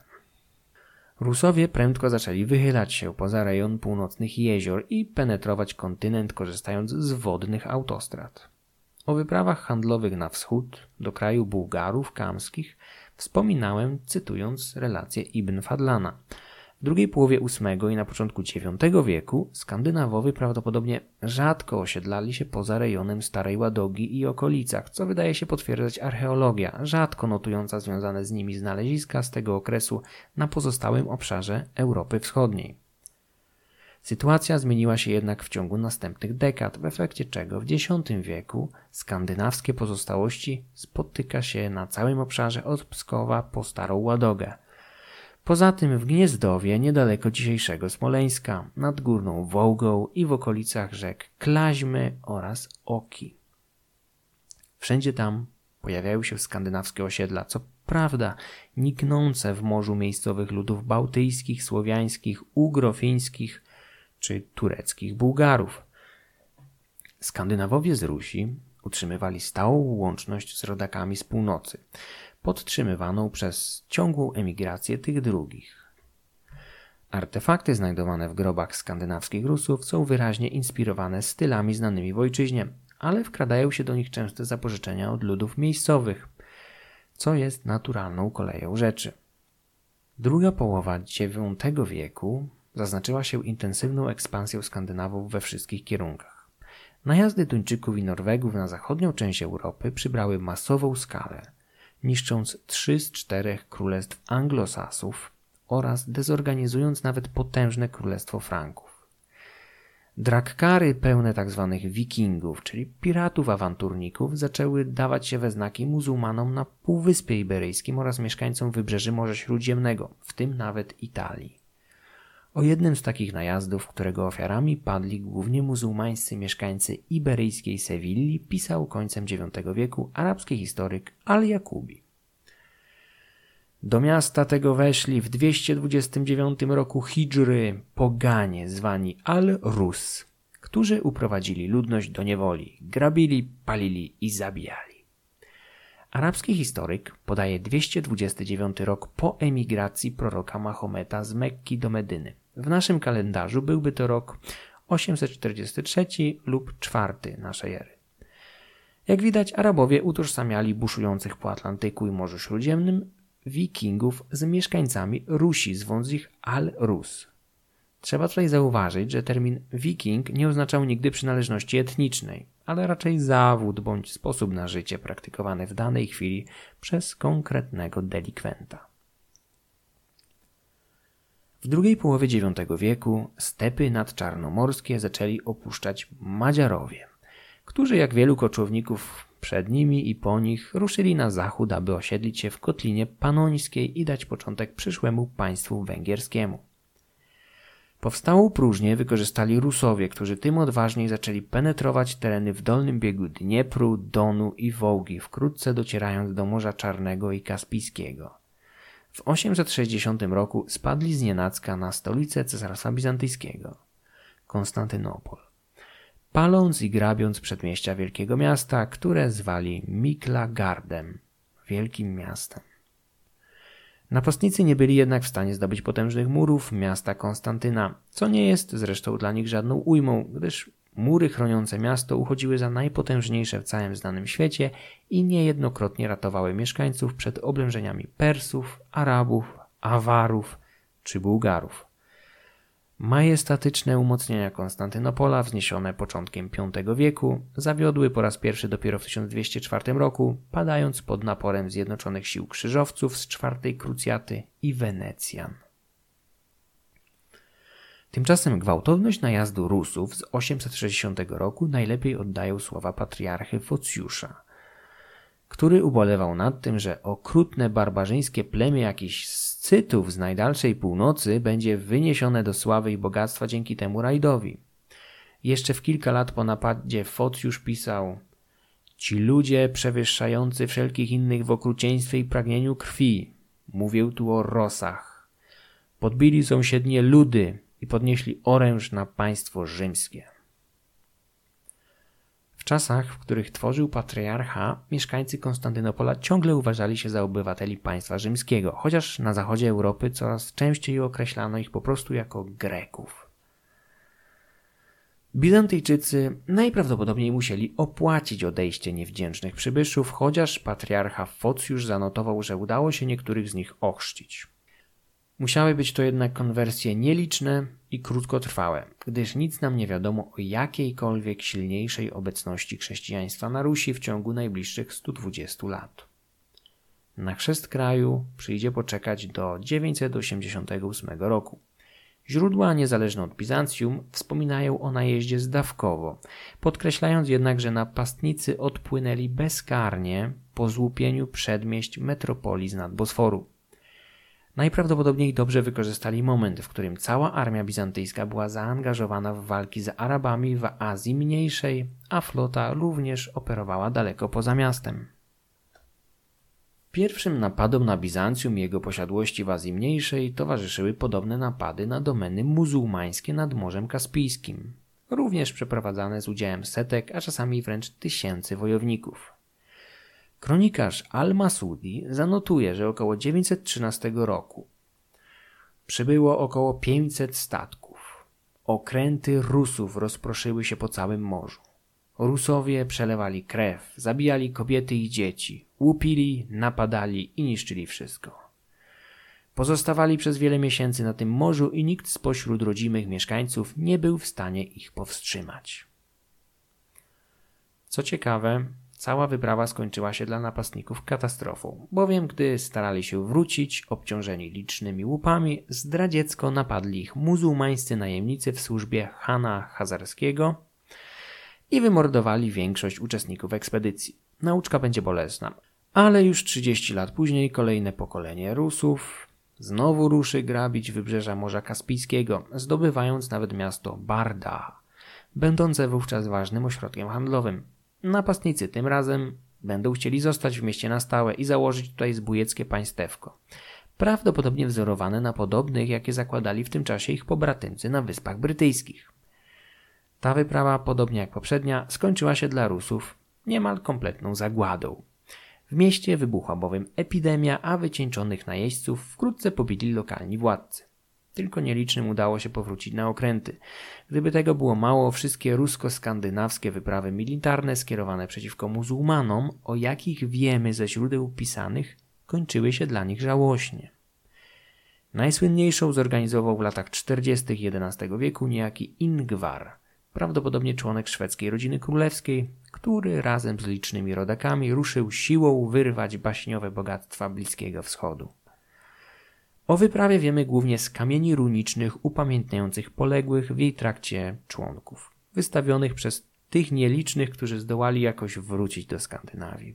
A: Rusowie prędko zaczęli wychylać się poza rejon północnych jezior i penetrować kontynent, korzystając z wodnych autostrad. O wyprawach handlowych na wschód, do kraju Bułgarów kamskich, wspominałem, cytując relację Ibn Fadlana. W drugiej połowie VIII i na początku IX wieku Skandynawowie prawdopodobnie rzadko osiedlali się poza rejonem Starej Ładogi i okolicach, co wydaje się potwierdzać archeologia, rzadko notująca związane z nimi znaleziska z tego okresu na pozostałym obszarze Europy Wschodniej. Sytuacja zmieniła się jednak w ciągu następnych dekad, w efekcie czego w X wieku skandynawskie pozostałości spotyka się na całym obszarze od Pskowa po Starą Ładogę. Poza tym w Gniezdowie, niedaleko dzisiejszego Smoleńska, nad Górną Wołgą i w okolicach rzek Klaźmy oraz Oki. Wszędzie tam pojawiają się skandynawskie osiedla, co prawda niknące w morzu miejscowych ludów bałtyjskich, słowiańskich, ugrofińskich czy tureckich Bułgarów. Skandynawowie z Rusi utrzymywali stałą łączność z rodakami z północy, podtrzymywaną przez ciągłą emigrację tych drugich. Artefakty znajdowane w grobach skandynawskich Rusów są wyraźnie inspirowane stylami znanymi w ojczyźnie, ale wkradają się do nich częste zapożyczenia od ludów miejscowych, co jest naturalną koleją rzeczy. Druga połowa IX wieku zaznaczyła się intensywną ekspansją Skandynawów we wszystkich kierunkach. Najazdy Duńczyków i Norwegów na zachodnią część Europy przybrały masową skalę, niszcząc 3 z 4 królestw anglosasów oraz dezorganizując nawet potężne królestwo Franków. Drakkary pełne tzw. wikingów, czyli piratów awanturników, zaczęły dawać się we znaki muzułmanom na Półwyspie Iberyjskim oraz mieszkańcom wybrzeży Morza Śródziemnego, w tym nawet Italii. O jednym z takich najazdów, którego ofiarami padli głównie muzułmańscy mieszkańcy iberyjskiej Sewilli, pisał końcem IX wieku arabski historyk Al-Jakubi. Do miasta tego weszli w 229 roku Hidżry poganie zwani Al-Rus, którzy uprowadzili ludność do niewoli, grabili, palili i zabijali. Arabski historyk podaje 229 rok po emigracji proroka Mahometa z Mekki do Medyny. W naszym kalendarzu byłby to rok 843 lub 4 naszej ery. Jak widać, Arabowie utożsamiali buszujących po Atlantyku i Morzu Śródziemnym wikingów z mieszkańcami Rusi, zwąc ich Al-Rus. Trzeba tutaj zauważyć, że termin wiking nie oznaczał nigdy przynależności etnicznej, ale raczej zawód bądź sposób na życie praktykowany w danej chwili przez konkretnego delikwenta. W drugiej połowie IX wieku stepy nadczarnomorskie zaczęli opuszczać Madziarowie, którzy jak wielu koczowników przed nimi i po nich ruszyli na zachód, aby osiedlić się w Kotlinie Panońskiej i dać początek przyszłemu państwu węgierskiemu. Powstałą próżnię wykorzystali Rusowie, którzy tym odważniej zaczęli penetrować tereny w dolnym biegu Dniepru, Donu i Wołgi, wkrótce docierając do Morza Czarnego i Kaspijskiego. W 860 roku spadli znienacka na stolicę Cesarstwa Bizantyjskiego, Konstantynopol, paląc i grabiąc przedmieścia wielkiego miasta, które zwali Miklagardem, wielkim miastem. Napastnicy nie byli jednak w stanie zdobyć potężnych murów miasta Konstantyna, co nie jest zresztą dla nich żadną ujmą, gdyż mury chroniące miasto uchodziły za najpotężniejsze w całym znanym świecie i niejednokrotnie ratowały mieszkańców przed oblężeniami Persów, Arabów, Awarów czy Bułgarów. Majestatyczne umocnienia Konstantynopola, wzniesione początkiem V wieku, zawiodły po raz pierwszy dopiero w 1204 roku, padając pod naporem zjednoczonych sił krzyżowców z IV krucjaty i Wenecjan. Tymczasem gwałtowność najazdu Rusów z 860 roku najlepiej oddają słowa patriarchy Focjusza, który ubolewał nad tym, że okrutne barbarzyńskie plemię jakichś Scytów z najdalszej północy będzie wyniesione do sławy i bogactwa dzięki temu rajdowi. Jeszcze w kilka lat po napadzie Focjusz pisał: ci ludzie przewyższający wszelkich innych w okrucieństwie i pragnieniu krwi, mówię tu o Rosach, podbili sąsiednie ludy i podnieśli oręż na państwo rzymskie. W czasach, w których tworzył patriarcha, mieszkańcy Konstantynopola ciągle uważali się za obywateli państwa rzymskiego, chociaż na zachodzie Europy coraz częściej określano ich po prostu jako Greków. Bizantyjczycy najprawdopodobniej musieli opłacić odejście niewdzięcznych przybyszów, chociaż patriarcha Focjusz zanotował, że udało się niektórych z nich ochrzcić. Musiały być to jednak konwersje nieliczne i krótkotrwałe, gdyż nic nam nie wiadomo o jakiejkolwiek silniejszej obecności chrześcijaństwa na Rusi w ciągu najbliższych 120 lat. Na chrzest kraju przyjdzie poczekać do 988 roku. Źródła niezależne od Bizancjum wspominają o najeździe zdawkowo, podkreślając jednak, że napastnicy odpłynęli bezkarnie po złupieniu przedmieść metropolii z nad Bosforu. Najprawdopodobniej dobrze wykorzystali moment, w którym cała armia bizantyjska była zaangażowana w walki z Arabami w Azji Mniejszej, a flota również operowała daleko poza miastem. Pierwszym napadom na Bizancjum i jego posiadłości w Azji Mniejszej towarzyszyły podobne napady na domeny muzułmańskie nad Morzem Kaspijskim, również przeprowadzane z udziałem setek, a czasami wręcz tysięcy wojowników. Kronikarz Al-Masudi zanotuje, że około 913 roku przybyło około 500 statków. Okręty Rusów rozproszyły się po całym morzu. Rusowie przelewali krew, zabijali kobiety i dzieci, łupili, napadali i niszczyli wszystko. Pozostawali przez wiele miesięcy na tym morzu i nikt spośród rodzimych mieszkańców nie był w stanie ich powstrzymać. Co ciekawe, cała wyprawa skończyła się dla napastników katastrofą, bowiem gdy starali się wrócić, obciążeni licznymi łupami, zdradziecko napadli ich muzułmańscy najemnicy w służbie Hana Hazarskiego i wymordowali większość uczestników ekspedycji. Nauczka będzie bolesna, ale już 30 lat później kolejne pokolenie Rusów znowu ruszy grabić wybrzeża Morza Kaspijskiego, zdobywając nawet miasto Barda, będące wówczas ważnym ośrodkiem handlowym. Napastnicy tym razem będą chcieli zostać w mieście na stałe i założyć tutaj zbójeckie państewko, prawdopodobnie wzorowane na podobnych, jakie zakładali w tym czasie ich pobratymcy na Wyspach Brytyjskich. Ta wyprawa, podobnie jak poprzednia, skończyła się dla Rusów niemal kompletną zagładą. W mieście wybuchła bowiem epidemia, a wycieńczonych najeźdźców wkrótce pobili lokalni władcy. Tylko nielicznym udało się powrócić na okręty. Gdyby tego było mało, wszystkie rusko-skandynawskie wyprawy militarne skierowane przeciwko muzułmanom, o jakich wiemy ze źródeł pisanych, kończyły się dla nich żałośnie. Najsłynniejszą zorganizował w latach 40. XI wieku niejaki Ingvar, prawdopodobnie członek szwedzkiej rodziny królewskiej, który razem z licznymi rodakami ruszył siłą wyrwać baśniowe bogactwa Bliskiego Wschodu. O wyprawie wiemy głównie z kamieni runicznych upamiętniających poległych w jej trakcie członków, wystawionych przez tych nielicznych, którzy zdołali jakoś wrócić do Skandynawii.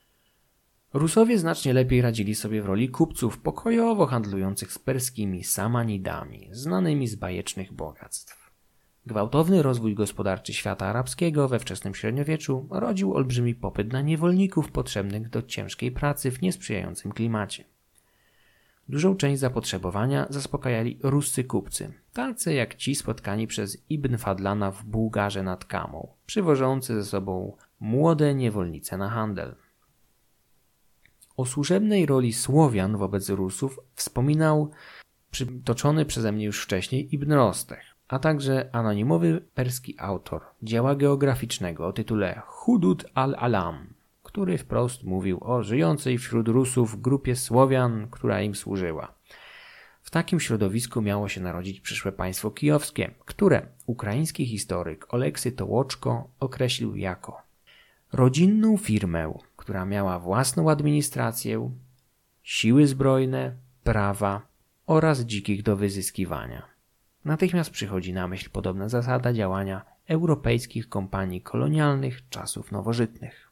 A: Rusowie znacznie lepiej radzili sobie w roli kupców pokojowo handlujących z perskimi Samanidami, znanymi z bajecznych bogactw. Gwałtowny rozwój gospodarczy świata arabskiego we wczesnym średniowieczu rodził olbrzymi popyt na niewolników potrzebnych do ciężkiej pracy w niesprzyjającym klimacie. Dużą część zapotrzebowania zaspokajali ruscy kupcy, tacy jak ci spotkani przez Ibn Fadlana w Bułgarze nad Kamą, przywożący ze sobą młode niewolnice na handel. O służebnej roli Słowian wobec Rusów wspominał przytoczony przeze mnie już wcześniej Ibn Rostech, a także anonimowy perski autor dzieła geograficznego o tytule Hudud al-Alam, który wprost mówił o żyjącej wśród Rusów grupie Słowian, która im służyła. W takim środowisku miało się narodzić przyszłe państwo kijowskie, które ukraiński historyk Oleksy Tołoczko określił jako rodzinną firmę, która miała własną administrację, siły zbrojne, prawa oraz dzikich do wyzyskiwania. natychmiast przychodzi na myśl podobna zasada działania europejskich kompanii kolonialnych czasów nowożytnych.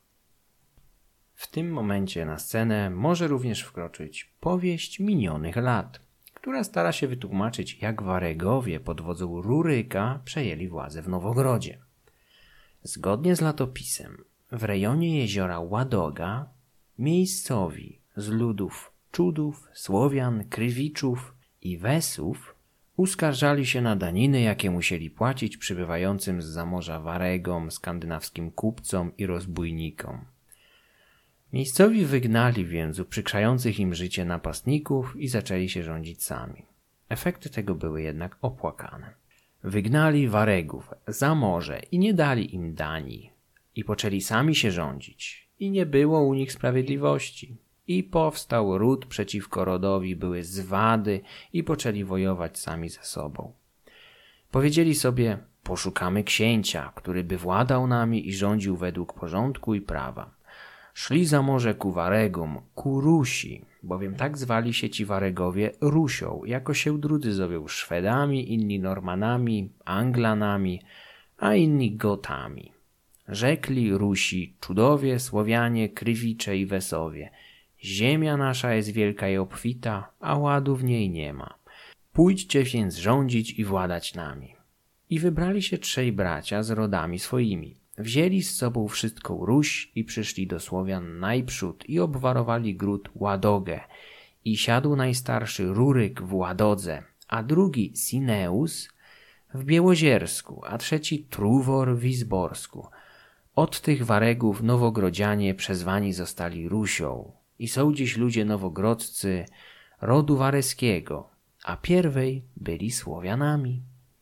A: W tym momencie na scenę może również wkroczyć powieść minionych lat, która stara się wytłumaczyć, jak Waregowie pod wodzą Ruryka przejęli władzę w Nowogrodzie. Zgodnie z latopisem, w rejonie jeziora Ładoga miejscowi z ludów Czudów, Słowian, Krywiczów i Wesów uskarżali się na daniny, jakie musieli płacić przybywającym zza morza Waregom, skandynawskim kupcom i rozbójnikom. Miejscowi wygnali więc uprzykrzających im życie napastników i zaczęli się rządzić sami. Efekty tego były jednak opłakane. Wygnali Waregów za morze i nie dali im dani i poczęli sami się rządzić i nie było u nich sprawiedliwości. I powstał ród przeciwko rodowi, były zwady i poczęli wojować sami ze sobą. Powiedzieli sobie, poszukamy księcia, który by władał nami i rządził według porządku i prawa. Szli za morze ku Waregom, ku Rusi, bowiem tak zwali się ci Waregowie Rusią, jako się drudzy zowią Szwedami, inni Normanami, Anglanami, a inni Gotami. Rzekli Rusi, Czudowie, Słowianie, Krywicze i Wesowie. Ziemia nasza jest wielka i obfita, a ładu w niej nie ma. Pójdźcie więc rządzić i władać nami. I wybrali się trzej bracia z rodami swoimi. Wzięli z sobą wszystką Ruś i przyszli do Słowian najprzód i obwarowali gród Ładogę. I siadł najstarszy Ruryk w Ładodze, a drugi Sineus w Białoziersku, a trzeci Truwor w Izborsku. Od tych Waregów nowogrodzianie przezwani zostali Rusią i są dziś ludzie nowogrodzcy rodu wareskiego, a pierwej byli Słowianami.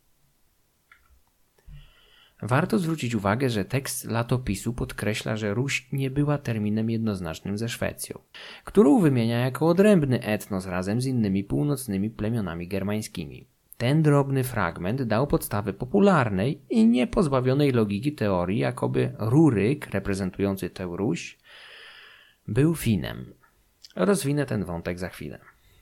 A: Warto zwrócić uwagę, że tekst latopisu podkreśla, że Ruś nie była terminem jednoznacznym ze Szwecją, którą wymienia jako odrębny etnos razem z innymi północnymi plemionami germańskimi. Ten drobny fragment dał podstawę popularnej i niepozbawionej logiki teorii, jakoby Ruryk, reprezentujący tę Ruś, był Finem. Rozwinę ten wątek za chwilę.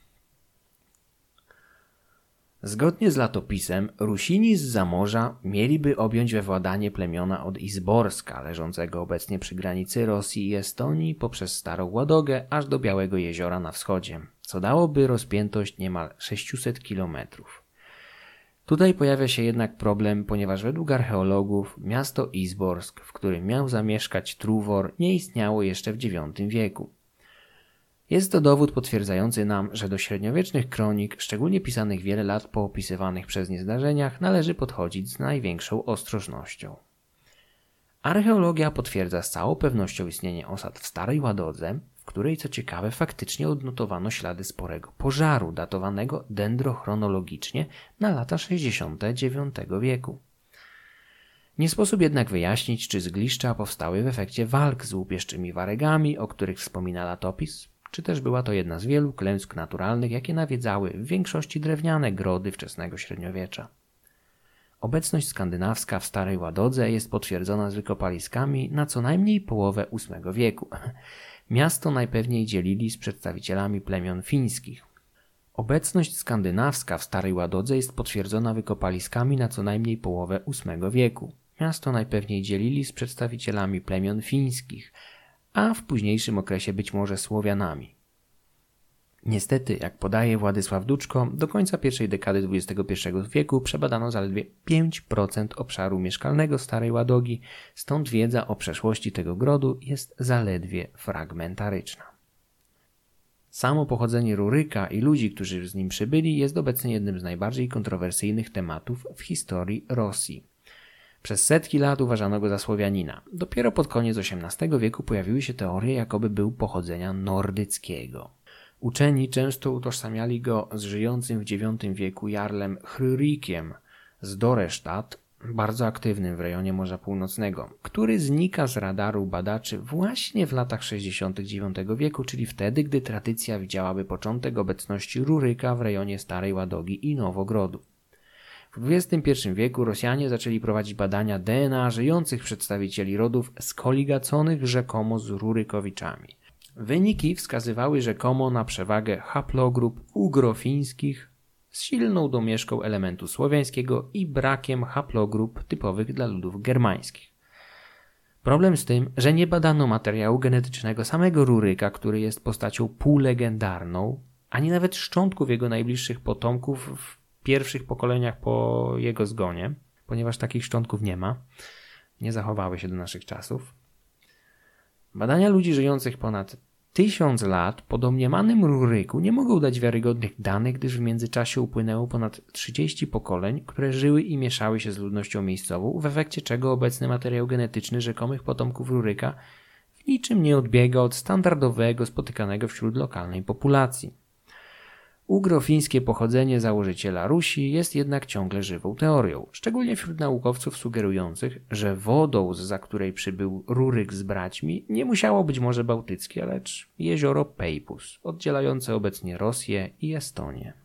A: Zgodnie z latopisem, Rusini zza morza mieliby objąć we władanie plemiona od Izborska, leżącego obecnie przy granicy Rosji i Estonii, poprzez Starą Ładogę aż do Białego Jeziora na wschodzie, co dałoby rozpiętość niemal 600 kilometrów. Tutaj pojawia się jednak problem, ponieważ według archeologów miasto Izborsk, w którym miał zamieszkać Truwor, nie istniało jeszcze w IX wieku. Jest to dowód potwierdzający nam, że do średniowiecznych kronik, szczególnie pisanych wiele lat po opisywanych przez nie zdarzeniach, należy podchodzić z największą ostrożnością. Archeologia potwierdza z całą pewnością istnienie osad w Starej Ładodze, w której, co ciekawe, faktycznie odnotowano ślady sporego pożaru, datowanego dendrochronologicznie na lata 60. IX wieku. Nie sposób jednak wyjaśnić, czy zgliszcza powstały w efekcie walk z łupieszczymi Waregami, o których wspomina latopis, czy też była to jedna z wielu klęsk naturalnych, jakie nawiedzały w większości drewniane grody wczesnego średniowiecza. Obecność skandynawska w Starej Ładodze jest potwierdzona z wykopaliskami na co najmniej połowę VIII wieku. Miasto najpewniej dzielili z przedstawicielami plemion fińskich. Obecność skandynawska w Starej Ładodze jest potwierdzona wykopaliskami na co najmniej połowę VIII wieku. Miasto najpewniej dzielili z przedstawicielami plemion fińskich, a w późniejszym okresie być może Słowianami. Niestety, jak podaje Władysław Duczko, do końca pierwszej dekady XXI wieku przebadano zaledwie 5% obszaru mieszkalnego Starej Ładogi, stąd wiedza o przeszłości tego grodu jest zaledwie fragmentaryczna. Samo pochodzenie Ruryka i ludzi, którzy z nim przybyli, jest obecnie jednym z najbardziej kontrowersyjnych tematów w historii Rosji. Przez setki lat uważano go za Słowianina. Dopiero pod koniec XVIII wieku pojawiły się teorie, jakoby był pochodzenia nordyckiego. Uczeni często utożsamiali go z żyjącym w IX wieku jarlem Hryrikiem z Dorestadt, bardzo aktywnym w rejonie Morza Północnego, który znika z radaru badaczy właśnie w latach 60. IX wieku, czyli wtedy, gdy tradycja widziałaby początek obecności Ruryka w rejonie Starej Ładogi i Nowogrodu. W XXI wieku Rosjanie zaczęli prowadzić badania DNA żyjących przedstawicieli rodów skoligaconych rzekomo z Rurykowiczami. Wyniki wskazywały rzekomo na przewagę haplogrup ugrofińskich z silną domieszką elementu słowiańskiego i brakiem haplogrup typowych dla ludów germańskich. Problem z tym, że nie badano materiału genetycznego samego Ruryka, który jest postacią półlegendarną, ani nawet szczątków jego najbliższych potomków w pierwszych pokoleniach po jego zgonie, ponieważ takich szczątków nie ma, nie zachowały się do naszych czasów. Badania ludzi żyjących ponad 1000 lat po domniemanym Ruryku nie mogą dać wiarygodnych danych, gdyż w międzyczasie upłynęło ponad 30 pokoleń, które żyły i mieszały się z ludnością miejscową, w efekcie czego obecny materiał genetyczny rzekomych potomków Ruryka w niczym nie odbiega od standardowego spotykanego wśród lokalnej populacji. Ugrofińskie pochodzenie założyciela Rusi jest jednak ciągle żywą teorią, szczególnie wśród naukowców sugerujących, że wodą, zza której przybył Ruryk z braćmi, nie musiało być Morze Bałtyckie, lecz jezioro Peipus, oddzielające obecnie Rosję i Estonię.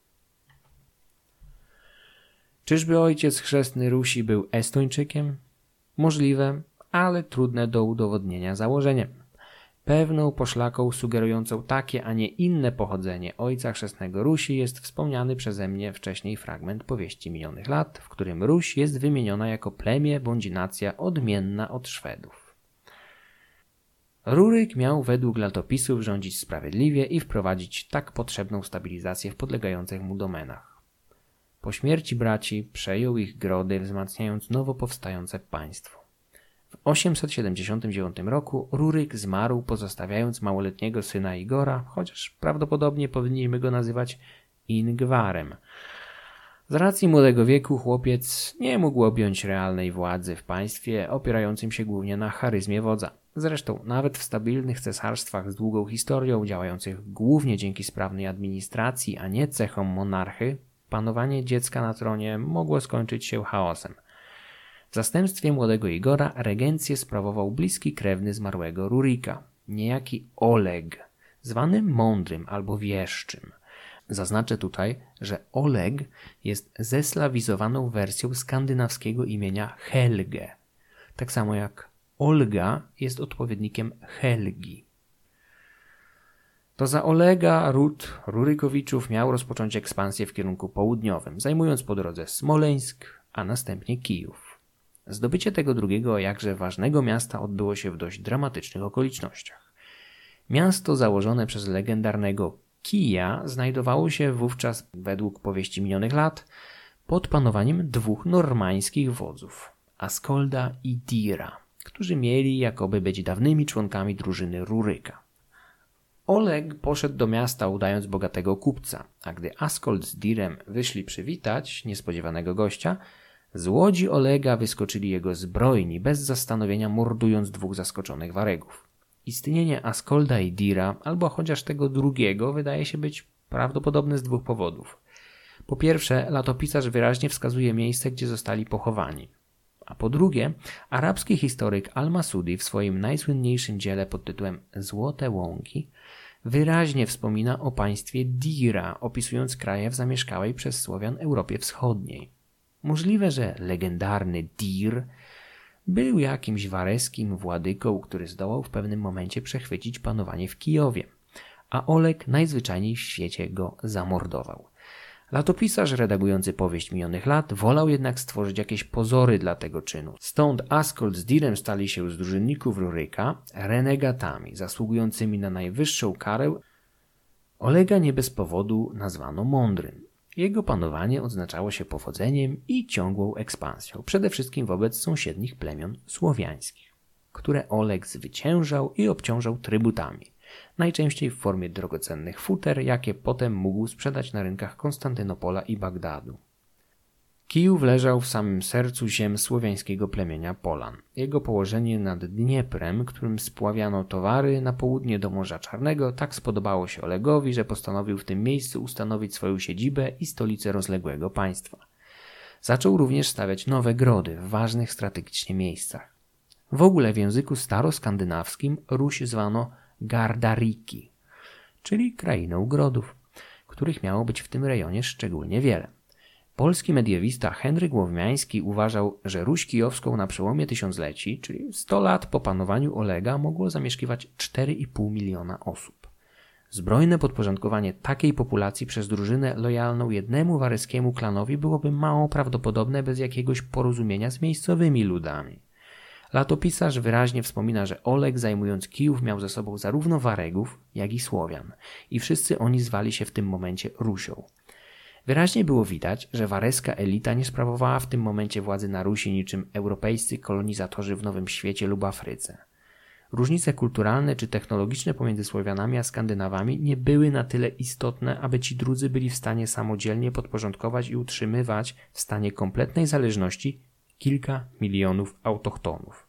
A: Czyżby ojciec chrzestny Rusi był Estończykiem? Możliwe, ale trudne do udowodnienia założeniem. Pewną poszlaką sugerującą takie, a nie inne pochodzenie ojca chrzestnego Rusi jest wspomniany przeze mnie wcześniej fragment powieści minionych lat, w którym Ruś jest wymieniona jako plemię bądź nacja odmienna od Szwedów. Ruryk miał według latopisów rządzić sprawiedliwie i wprowadzić tak potrzebną stabilizację w podlegających mu domenach. Po śmierci braci przejął ich grody, wzmacniając nowo powstające państwo. W 879 roku Ruryk zmarł, pozostawiając małoletniego syna Igora, chociaż prawdopodobnie powinniśmy go nazywać Ingwarem. Z racji młodego wieku chłopiec nie mógł objąć realnej władzy w państwie opierającym się głównie na charyzmie wodza. Zresztą nawet w stabilnych cesarstwach z długą historią, działających głównie dzięki sprawnej administracji, a nie cechom monarchy, panowanie dziecka na tronie mogło skończyć się chaosem. W zastępstwie młodego Igora regencję sprawował bliski krewny zmarłego Ruryka, niejaki Oleg, zwany Mądrym albo Wieszczym. Zaznaczę tutaj, że Oleg jest zeslawizowaną wersją skandynawskiego imienia Helge, tak samo jak Olga jest odpowiednikiem Helgi. To za Olega ród Rurykowiczów miał rozpocząć ekspansję w kierunku południowym, zajmując po drodze Smoleńsk, a następnie Kijów. Zdobycie tego drugiego, jakże ważnego miasta odbyło się w dość dramatycznych okolicznościach. Miasto założone przez legendarnego Kija znajdowało się wówczas, według powieści minionych lat, pod panowaniem dwóch normańskich wodzów, Askolda i Dira, którzy mieli jakoby być dawnymi członkami drużyny Ruryka. Oleg poszedł do miasta udając bogatego kupca, a gdy Askold z Direm wyszli przywitać niespodziewanego gościa, z łodzi Olega wyskoczyli jego zbrojni, bez zastanowienia mordując dwóch zaskoczonych waregów. Istnienie Askolda i Dira, albo chociaż tego drugiego, wydaje się być prawdopodobne z dwóch powodów. Po pierwsze, latopisarz wyraźnie wskazuje miejsce, gdzie zostali pochowani. A po drugie, arabski historyk Al-Masudi w swoim najsłynniejszym dziele pod tytułem Złote Łąki wyraźnie wspomina o państwie Dira, opisując kraje w zamieszkałej przez Słowian Europie Wschodniej. Możliwe, że legendarny Dir był jakimś wareskim władyką, który zdołał w pewnym momencie przechwycić panowanie w Kijowie, a Oleg najzwyczajniej w świecie go zamordował. Latopisarz redagujący powieść minionych lat wolał jednak stworzyć jakieś pozory dla tego czynu. Stąd Askold z Direm stali się z drużynników Ruryka renegatami, zasługującymi na najwyższą karę. Olega nie bez powodu nazwano Mądrym. Jego panowanie odznaczało się powodzeniem i ciągłą ekspansją, przede wszystkim wobec sąsiednich plemion słowiańskich, które Oleg zwyciężał i obciążał trybutami, najczęściej w formie drogocennych futer, jakie potem mógł sprzedać na rynkach Konstantynopola i Bagdadu. Kijów leżał w samym sercu ziem słowiańskiego plemienia Polan. Jego położenie nad Dnieprem, którym spławiano towary na południe do Morza Czarnego, tak spodobało się Olegowi, że postanowił w tym miejscu ustanowić swoją siedzibę i stolicę rozległego państwa. Zaczął również stawiać nowe grody w ważnych strategicznie miejscach. W ogóle w języku staroskandynawskim Ruś zwano Gardariki, czyli krainą grodów, których miało być w tym rejonie szczególnie wiele. Polski mediewista Henryk Łowmiański uważał, że Ruś Kijowską na przełomie tysiącleci, czyli 100 lat po panowaniu Olega, mogło zamieszkiwać 4,5 miliona osób. Zbrojne podporządkowanie takiej populacji przez drużynę lojalną jednemu wareskiemu klanowi byłoby mało prawdopodobne bez jakiegoś porozumienia z miejscowymi ludami. Latopisarz wyraźnie wspomina, że Oleg zajmując Kijów miał ze sobą zarówno Waregów, jak i Słowian i wszyscy oni zwali się w tym momencie Rusią. Wyraźnie było widać, że wareska elita nie sprawowała w tym momencie władzy na Rusi niczym europejscy kolonizatorzy w Nowym Świecie lub Afryce. Różnice kulturalne czy technologiczne pomiędzy Słowianami a Skandynawami nie były na tyle istotne, aby ci drudzy byli w stanie samodzielnie podporządkować i utrzymywać w stanie kompletnej zależności kilka milionów autochtonów.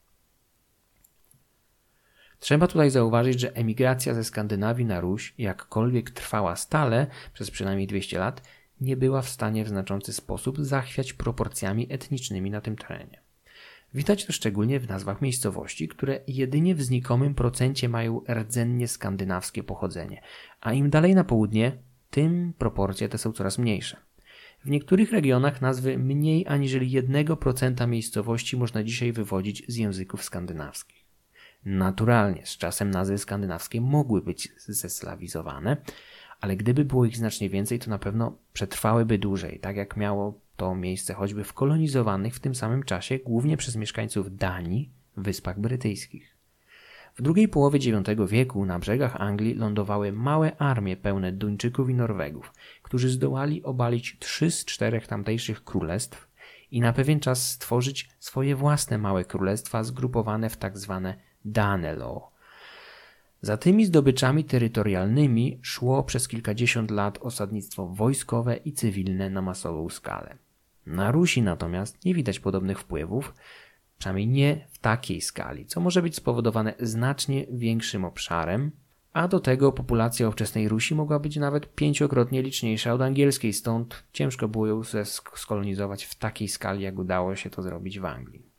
A: Trzeba tutaj zauważyć, że emigracja ze Skandynawii na Ruś, jakkolwiek trwała stale przez przynajmniej 200 lat, nie była w stanie w znaczący sposób zachwiać proporcjami etnicznymi na tym terenie. Widać to szczególnie w nazwach miejscowości, które jedynie w znikomym procencie mają rdzennie skandynawskie pochodzenie, a im dalej na południe, tym proporcje te są coraz mniejsze. W niektórych regionach nazwy mniej aniżeli 1% miejscowości można dzisiaj wywodzić z języków skandynawskich. Naturalnie, z czasem nazwy skandynawskie mogły być zeslawizowane, ale gdyby było ich znacznie więcej, to na pewno przetrwałyby dłużej, tak jak miało to miejsce choćby w kolonizowanych w tym samym czasie głównie przez mieszkańców Danii Wyspach Brytyjskich. W drugiej połowie IX wieku na brzegach Anglii lądowały małe armie pełne Duńczyków i Norwegów, którzy zdołali obalić 3 z 4 tamtejszych królestw i na pewien czas stworzyć swoje własne małe królestwa zgrupowane w tzw. Danelaw. Za tymi zdobyczami terytorialnymi szło przez kilkadziesiąt lat osadnictwo wojskowe i cywilne na masową skalę. Na Rusi natomiast nie widać podobnych wpływów, przynajmniej nie w takiej skali, co może być spowodowane znacznie większym obszarem, a do tego populacja ówczesnej Rusi mogła być nawet 5-krotnie liczniejsza od angielskiej, stąd ciężko było ją skolonizować w takiej skali, jak udało się to zrobić w Anglii.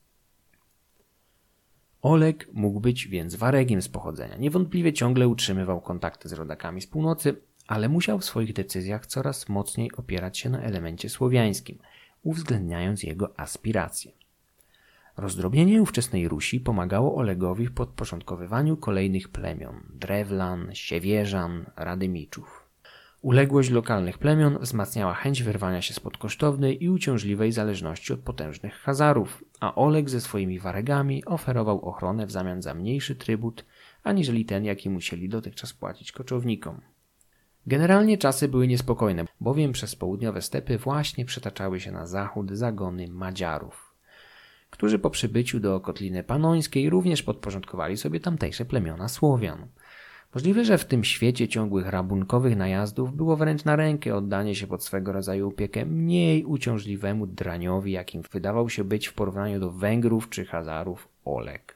A: Oleg mógł być więc Waregiem z pochodzenia. Niewątpliwie ciągle utrzymywał kontakty z rodakami z północy, ale musiał w swoich decyzjach coraz mocniej opierać się na elemencie słowiańskim, uwzględniając jego aspiracje. Rozdrobnienie ówczesnej Rusi pomagało Olegowi w podporządkowywaniu kolejnych plemion – Drewlan, Siewierzan, Radymiczów. Uległość lokalnych plemion wzmacniała chęć wyrwania się spod kosztownej i uciążliwej zależności od potężnych Chazarów, a Oleg ze swoimi Waregami oferował ochronę w zamian za mniejszy trybut, aniżeli ten, jaki musieli dotychczas płacić koczownikom. Generalnie czasy były niespokojne, bowiem przez południowe stepy właśnie przetaczały się na zachód zagony Madziarów, którzy po przybyciu do Kotliny Panońskiej również podporządkowali sobie tamtejsze plemiona Słowian. Możliwe, że w tym świecie ciągłych rabunkowych najazdów było wręcz na rękę oddanie się pod swego rodzaju opiekę mniej uciążliwemu draniowi, jakim wydawał się być w porównaniu do Węgrów czy Chazarów Oleg.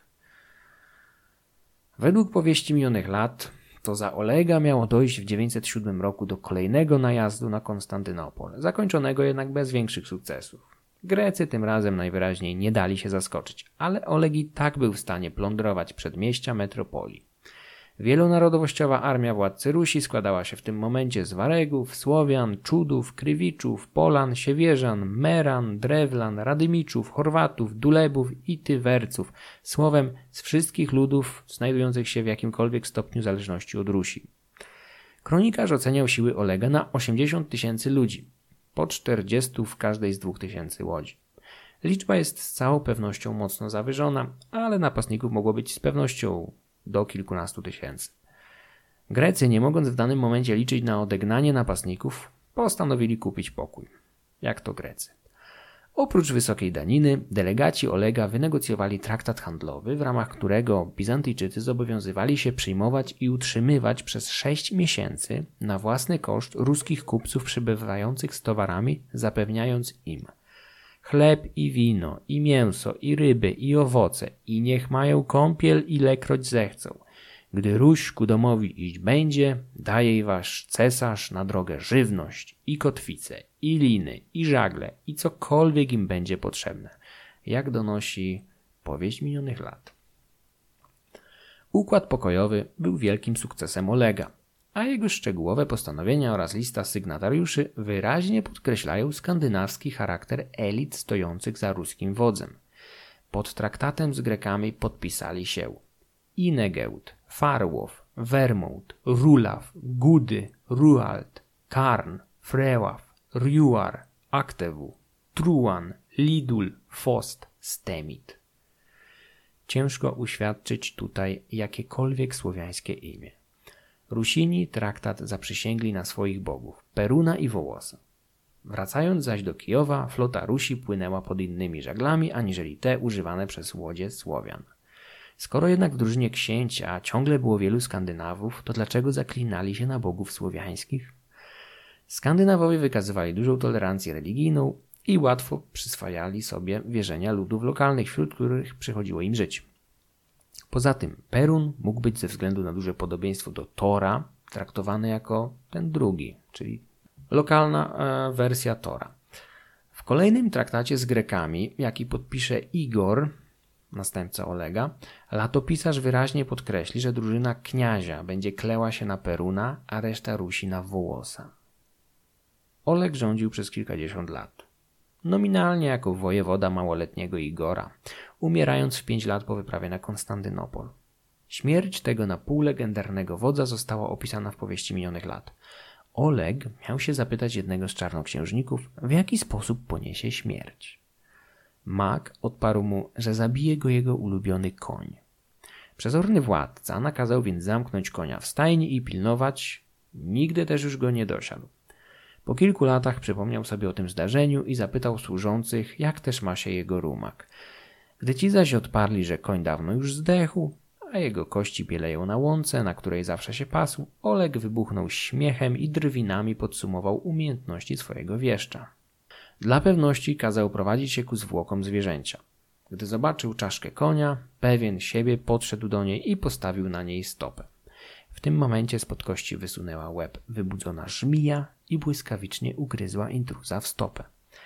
A: Według powieści minionych lat to za Olega miało dojść w 907 roku do kolejnego najazdu na Konstantynopol, zakończonego jednak bez większych sukcesów. Grecy tym razem najwyraźniej nie dali się zaskoczyć, ale Oleg i tak był w stanie plądrować przedmieścia metropolii. Wielonarodowościowa armia władcy Rusi składała się w tym momencie z Waregów, Słowian, Czudów, Krywiczów, Polan, Siewierzan, Meran, Drewlan, Radymiczów, Chorwatów, Dulebów i Tywerców, słowem z wszystkich ludów znajdujących się w jakimkolwiek stopniu zależności od Rusi. Kronikarz oceniał siły Olega na 80 000 ludzi, po 40 w każdej z 2000 łodzi. Liczba jest z całą pewnością mocno zawyżona, ale napastników mogło być z pewnością do kilkunastu tysięcy. Grecy, nie mogąc w danym momencie liczyć na odegnanie napastników, postanowili kupić pokój. Jak to Grecy? Oprócz wysokiej daniny, delegaci Olega wynegocjowali traktat handlowy, w ramach którego Bizantyjczycy zobowiązywali się przyjmować i utrzymywać przez 6 miesięcy na własny koszt ruskich kupców przybywających z towarami, zapewniając im chleb i wino, i mięso, i ryby, i owoce, i niech mają kąpiel, ilekroć zechcą. Gdy Ruś ku domowi iść będzie, daje jej wasz cesarz na drogę żywność, i kotwice, i liny, i żagle, i cokolwiek im będzie potrzebne, jak donosi powieść minionych lat. Układ pokojowy był wielkim sukcesem Olega, a jego szczegółowe postanowienia oraz lista sygnatariuszy wyraźnie podkreślają skandynawski charakter elit stojących za ruskim wodzem. Pod traktatem z Grekami podpisali się Inegeut, Farłow, Wermouth, Rulaw, Gudy, Rualt, Karn, Freław, Riuar, Aktewu, Truan, Lidul, Fost, Stemit. Ciężko uświadczyć tutaj jakiekolwiek słowiańskie imię. Rusini traktat zaprzysięgli na swoich bogów, Peruna i Wołosa. Wracając zaś do Kijowa, flota Rusi płynęła pod innymi żaglami, aniżeli te używane przez łodzie Słowian. Skoro jednak w drużynie księcia ciągle było wielu Skandynawów, to dlaczego zaklinali się na bogów słowiańskich? Skandynawowie wykazywali dużą tolerancję religijną i łatwo przyswajali sobie wierzenia ludów lokalnych, wśród których przychodziło im żyć. Poza tym Perun mógł być ze względu na duże podobieństwo do Tora traktowany jako ten drugi, czyli lokalna wersja Tora. W kolejnym traktacie z Grekami, jaki podpisze Igor, następca Olega, latopisarz wyraźnie podkreśli, że drużyna kniazia będzie kleła się na Peruna, a reszta Rusi na Wołosa. Oleg rządził przez kilkadziesiąt lat. Nominalnie jako wojewoda małoletniego Igora, umierając w 5 lat po wyprawie na Konstantynopol. Śmierć tego na pół legendarnego wodza została opisana w powieści minionych lat. Oleg miał się zapytać jednego z czarnoksiężników, w jaki sposób poniesie śmierć. Mag odparł mu, że zabije go jego ulubiony koń. Przezorny władca nakazał więc zamknąć konia w stajni i pilnować, nigdy też już go nie dosiadł. Po kilku latach przypomniał sobie o tym zdarzeniu i zapytał służących, jak też ma się jego rumak. Gdy ci zaś odparli, że koń dawno już zdechł, a jego kości bieleją na łące, na której zawsze się pasł, Oleg wybuchnął śmiechem i drwinami podsumował umiejętności swojego wieszcza. Dla pewności kazał prowadzić się ku zwłokom zwierzęcia. Gdy zobaczył czaszkę konia, pewien siebie podszedł do niej i postawił na niej stopę. W tym momencie spod kości wysunęła łeb wybudzona żmija i błyskawicznie ugryzła intruza w stopę.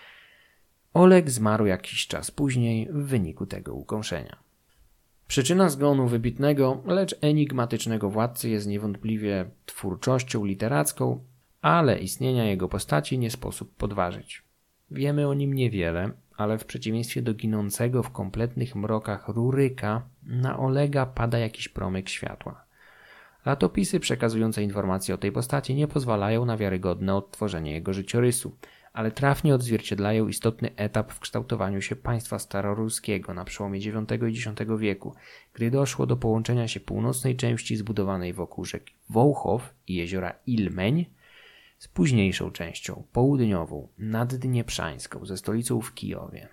A: Oleg zmarł jakiś czas później w wyniku tego ukąszenia. Przyczyna zgonu wybitnego, lecz enigmatycznego władcy jest niewątpliwie twórczością literacką, ale istnienia jego postaci nie sposób podważyć. Wiemy o nim niewiele, ale w przeciwieństwie do ginącego w kompletnych mrokach Ruryka, na Olega pada jakiś promyk światła. Latopisy przekazujące informacje o tej postaci nie pozwalają na wiarygodne odtworzenie jego życiorysu, ale trafnie odzwierciedlają istotny etap w kształtowaniu się państwa staroruskiego na przełomie IX i X wieku, gdy doszło do połączenia się północnej części zbudowanej wokół rzek Wołchow i jeziora Ilmeń z późniejszą częścią południową, naddnieprzańską, ze stolicą w Kijowie.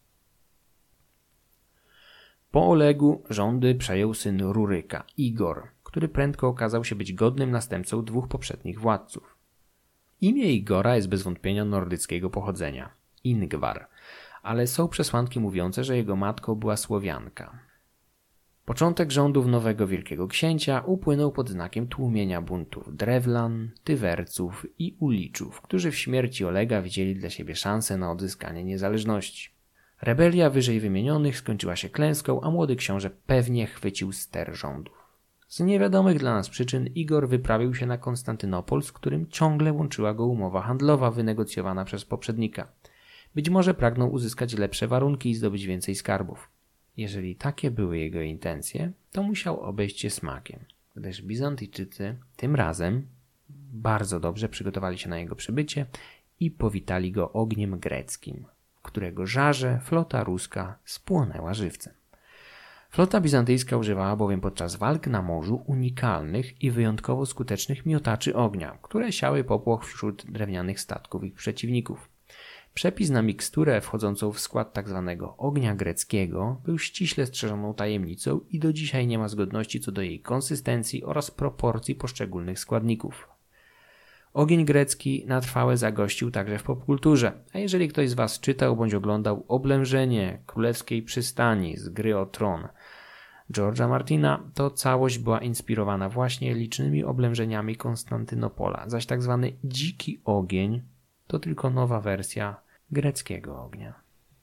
A: Po Olegu rządy przejął syn Ruryka, Igor, który prędko okazał się być godnym następcą 2 poprzednich władców. Imię Igora jest bez wątpienia nordyckiego pochodzenia, Ingvar, ale są przesłanki mówiące, że jego matką była Słowianka. Początek rządów nowego wielkiego księcia upłynął pod znakiem tłumienia buntów Drewlan, Tywerców i Uliczów, którzy w śmierci Olega widzieli dla siebie szansę na odzyskanie niezależności. Rebelia wyżej wymienionych skończyła się klęską, a młody książę pewnie chwycił ster rządów. Z niewiadomych dla nas przyczyn Igor wyprawił się na Konstantynopol, z którym ciągle łączyła go umowa handlowa wynegocjowana przez poprzednika. Być może pragnął uzyskać lepsze warunki i zdobyć więcej skarbów. Jeżeli takie były jego intencje, to musiał obejść się smakiem, gdyż Bizantyjczycy tym razem bardzo dobrze przygotowali się na jego przybycie i powitali go ogniem greckim, w którego żarze flota ruska spłonęła żywcem. Flota bizantyjska używała bowiem podczas walk na morzu unikalnych i wyjątkowo skutecznych miotaczy ognia, które siały popłoch wśród drewnianych statków ich przeciwników. Przepis na miksturę wchodzącą w skład tzw. ognia greckiego był ściśle strzeżoną tajemnicą i do dzisiaj nie ma zgodności co do jej konsystencji oraz proporcji poszczególnych składników. Ogień grecki na trwałe zagościł także w popkulturze, a jeżeli ktoś z Was czytał bądź oglądał Oblężenie Królewskiej Przystani z Gry o Tron George'a Martina, to całość była inspirowana właśnie licznymi oblężeniami Konstantynopola, zaś tzw. dziki ogień to tylko nowa wersja greckiego ognia.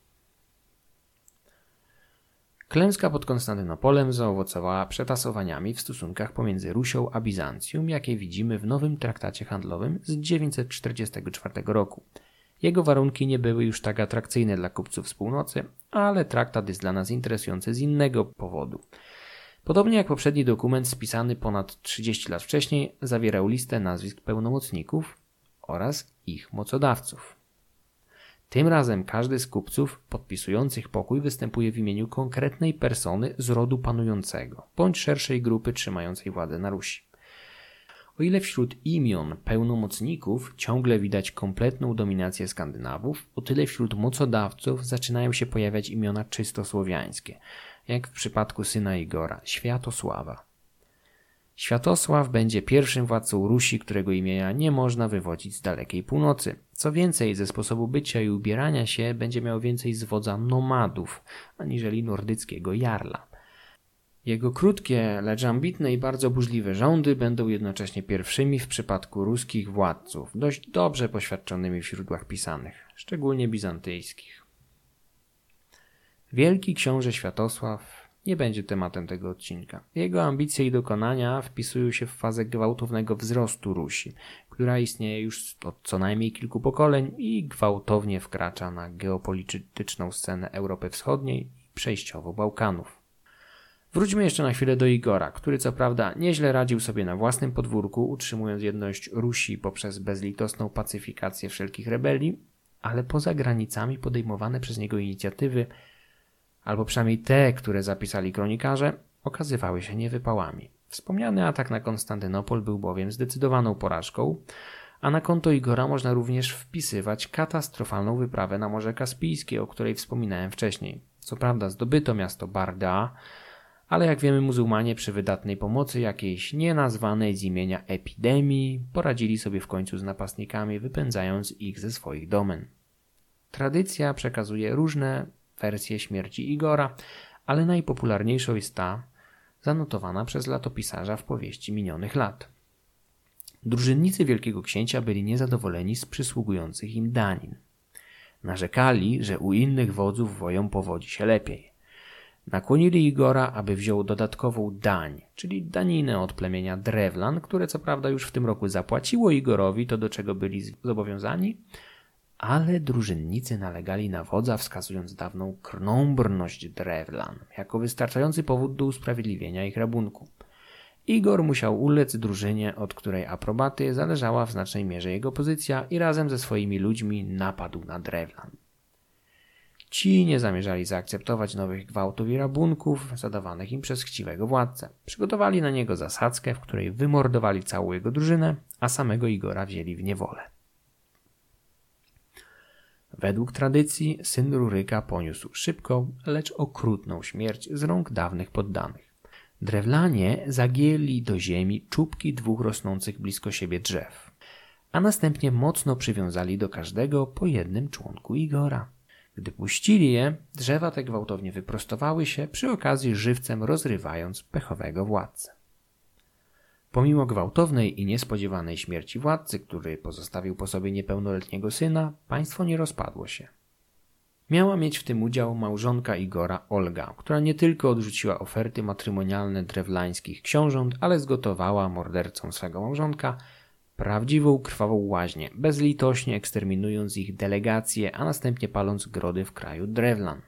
A: Klęska pod Konstantynopolem zaowocowała przetasowaniami w stosunkach pomiędzy Rusią a Bizancjum, jakie widzimy w nowym traktacie handlowym z 944 roku. Jego warunki nie były już tak atrakcyjne dla kupców z północy, ale traktat jest dla nas interesujący z innego powodu. Podobnie jak poprzedni dokument spisany ponad 30 lat wcześniej, zawierał listę nazwisk pełnomocników oraz ich mocodawców. Tym razem każdy z kupców podpisujących pokój występuje w imieniu konkretnej persony z rodu panującego, bądź szerszej grupy trzymającej władzę na Rusi. O ile wśród imion pełnomocników ciągle widać kompletną dominację Skandynawów, o tyle wśród mocodawców zaczynają się pojawiać imiona czysto słowiańskie, jak w przypadku syna Igora, Światosława. Światosław będzie pierwszym władcą Rusi, którego imienia nie można wywodzić z dalekiej północy. Co więcej, ze sposobu bycia i ubierania się będzie miał więcej z wodza nomadów, aniżeli nordyckiego jarla. Jego krótkie, lecz ambitne i bardzo burzliwe rządy będą jednocześnie pierwszymi w przypadku ruskich władców, dość dobrze poświadczonymi w źródłach pisanych, szczególnie bizantyjskich. Wielki książę Światosław nie będzie tematem tego odcinka. Jego ambicje i dokonania wpisują się w fazę gwałtownego wzrostu Rusi, która istnieje już od co najmniej kilku pokoleń i gwałtownie wkracza na geopolityczną scenę Europy Wschodniej i przejściowo Bałkanów. Wróćmy jeszcze na chwilę do Igora, który co prawda nieźle radził sobie na własnym podwórku, utrzymując jedność Rusi poprzez bezlitosną pacyfikację wszelkich rebelii, ale poza granicami podejmowane przez niego inicjatywy, albo przynajmniej te, które zapisali kronikarze, okazywały się niewypałami. Wspomniany atak na Konstantynopol był bowiem zdecydowaną porażką, a na konto Igora można również wpisywać katastrofalną wyprawę na Morze Kaspijskie, o której wspominałem wcześniej. Co prawda zdobyto miasto Barda, ale jak wiemy muzułmanie przy wydatnej pomocy jakiejś nienazwanej z imienia epidemii poradzili sobie w końcu z napastnikami, wypędzając ich ze swoich domen. Tradycja przekazuje różne wersje śmierci Igora, ale najpopularniejszą jest ta zanotowana przez latopisarza w powieści minionych lat. Drużynnicy Wielkiego Księcia byli niezadowoleni z przysługujących im danin. Narzekali, że u innych wodzów woją powodzi się lepiej. Nakłonili Igora, aby wziął dodatkową dań, czyli daninę od plemienia Drevlan, które co prawda już w tym roku zapłaciło Igorowi to, do czego byli zobowiązani, ale drużynnicy nalegali na wodza, wskazując dawną krnąbrność Drevlan jako wystarczający powód do usprawiedliwienia ich rabunku. Igor musiał ulec drużynie, od której aprobaty zależała w znacznej mierze jego pozycja, i razem ze swoimi ludźmi napadł na Drevlan. Ci nie zamierzali zaakceptować nowych gwałtów i rabunków zadawanych im przez chciwego władcę. Przygotowali na niego zasadzkę, w której wymordowali całą jego drużynę, a samego Igora wzięli w niewolę. Według tradycji syn Ruryka poniósł szybką, lecz okrutną śmierć z rąk dawnych poddanych. Drewlanie zagięli do ziemi czubki dwóch rosnących blisko siebie drzew, a następnie mocno przywiązali do każdego po jednym członku Igora. Gdy puścili je, drzewa te gwałtownie wyprostowały się, przy okazji żywcem rozrywając pechowego władcę. Pomimo gwałtownej i niespodziewanej śmierci władcy, który pozostawił po sobie niepełnoletniego syna, państwo nie rozpadło się. Miała mieć w tym udział małżonka Igora, Olga, która nie tylko odrzuciła oferty matrymonialne drewlańskich książąt, ale zgotowała mordercom swego małżonka prawdziwą krwawą łaźnię, bezlitośnie eksterminując ich delegacje, a następnie paląc grody w kraju Drevlan.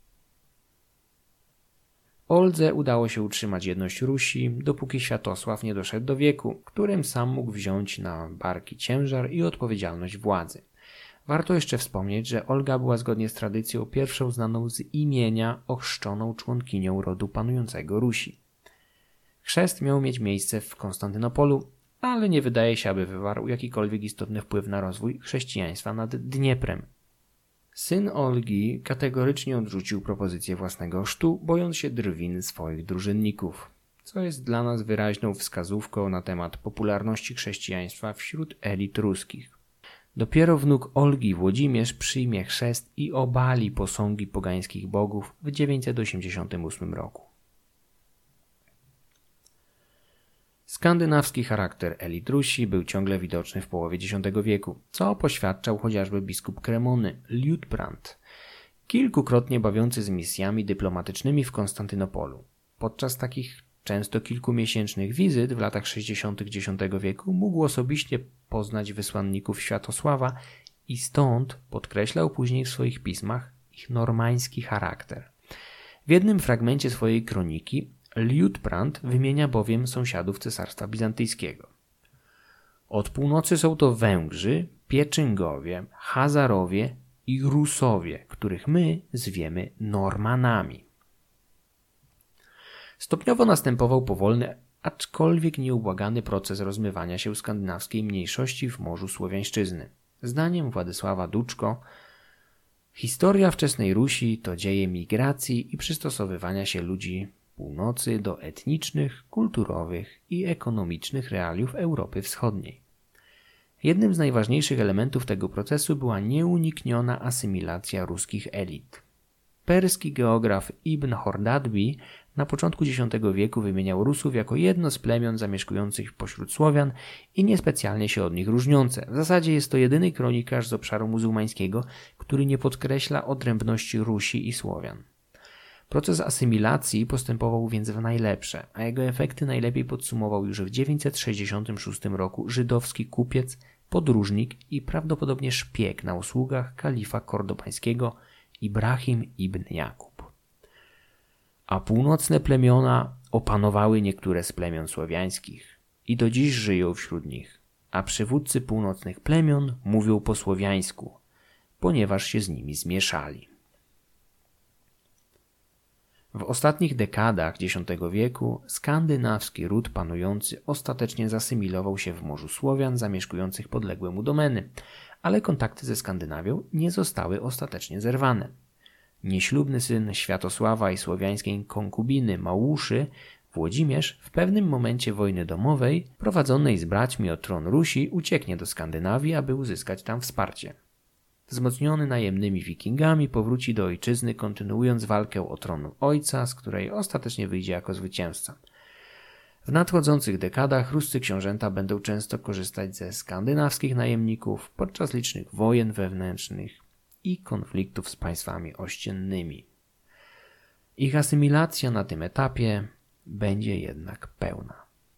A: Oldze udało się utrzymać jedność Rusi, dopóki Światosław nie doszedł do wieku, którym sam mógł wziąć na barki ciężar i odpowiedzialność władzy. Warto jeszcze wspomnieć, że Olga była zgodnie z tradycją pierwszą znaną z imienia ochrzczoną członkinią rodu panującego Rusi. Chrzest miał mieć miejsce w Konstantynopolu, ale nie wydaje się, aby wywarł jakikolwiek istotny wpływ na rozwój chrześcijaństwa nad Dnieprem. Syn Olgi kategorycznie odrzucił propozycję własnego chrztu, bojąc się drwin swoich drużynników, co jest dla nas wyraźną wskazówką na temat popularności chrześcijaństwa wśród elit ruskich. Dopiero wnuk Olgi, Włodzimierz, przyjmie chrzest i obali posągi pogańskich bogów w 988 roku. Skandynawski charakter elit Rusi był ciągle widoczny w połowie X wieku, co poświadczał chociażby biskup Kremony, Liutprand, kilkukrotnie bawiący z misjami dyplomatycznymi w Konstantynopolu. Podczas takich często kilkumiesięcznych wizyt w latach 60. X wieku mógł osobiście poznać wysłanników Światosława i stąd podkreślał później w swoich pismach ich normański charakter. W jednym fragmencie swojej kroniki Liutprand wymienia bowiem sąsiadów Cesarstwa Bizantyjskiego. Od północy są to Węgrzy, Pieczyngowie, Hazarowie i Rusowie, których my zwiemy Normanami. Stopniowo następował powolny, aczkolwiek nieubłagany proces rozmywania się skandynawskiej mniejszości w morzu Słowiańszczyzny. Zdaniem Władysława Duczko, historia wczesnej Rusi to dzieje migracji i przystosowywania się ludzi północy do etnicznych, kulturowych i ekonomicznych realiów Europy Wschodniej. Jednym z najważniejszych elementów tego procesu była nieunikniona asymilacja ruskich elit. Perski geograf Ibn Hordadbi na początku X wieku wymieniał Rusów jako jedno z plemion zamieszkujących pośród Słowian i niespecjalnie się od nich różniące. W zasadzie jest to jedyny kronikarz z obszaru muzułmańskiego, który nie podkreśla odrębności Rusi i Słowian. Proces asymilacji postępował więc w najlepsze, a jego efekty najlepiej podsumował już w 966 roku żydowski kupiec, podróżnik i prawdopodobnie szpieg na usługach kalifa kordobańskiego Ibrahim ibn Jakub. A północne plemiona opanowały niektóre z plemion słowiańskich i do dziś żyją wśród nich, a przywódcy północnych plemion mówią po słowiańsku, ponieważ się z nimi zmieszali. W ostatnich dekadach X wieku skandynawski ród panujący ostatecznie zasymilował się w morzu Słowian zamieszkujących podległe mu domeny, ale kontakty ze Skandynawią nie zostały ostatecznie zerwane. Nieślubny syn Światosława i słowiańskiej konkubiny Małuszy, Włodzimierz, w pewnym momencie wojny domowej, prowadzonej z braćmi o tron Rusi, ucieknie do Skandynawii, aby uzyskać tam wsparcie. Wzmocniony najemnymi wikingami powróci do ojczyzny, kontynuując walkę o tron ojca, z której ostatecznie wyjdzie jako zwycięzca. W nadchodzących dekadach ruscy książęta będą często korzystać ze skandynawskich najemników podczas licznych wojen wewnętrznych i konfliktów z państwami ościennymi. Ich asymilacja na tym etapie będzie jednak pełna.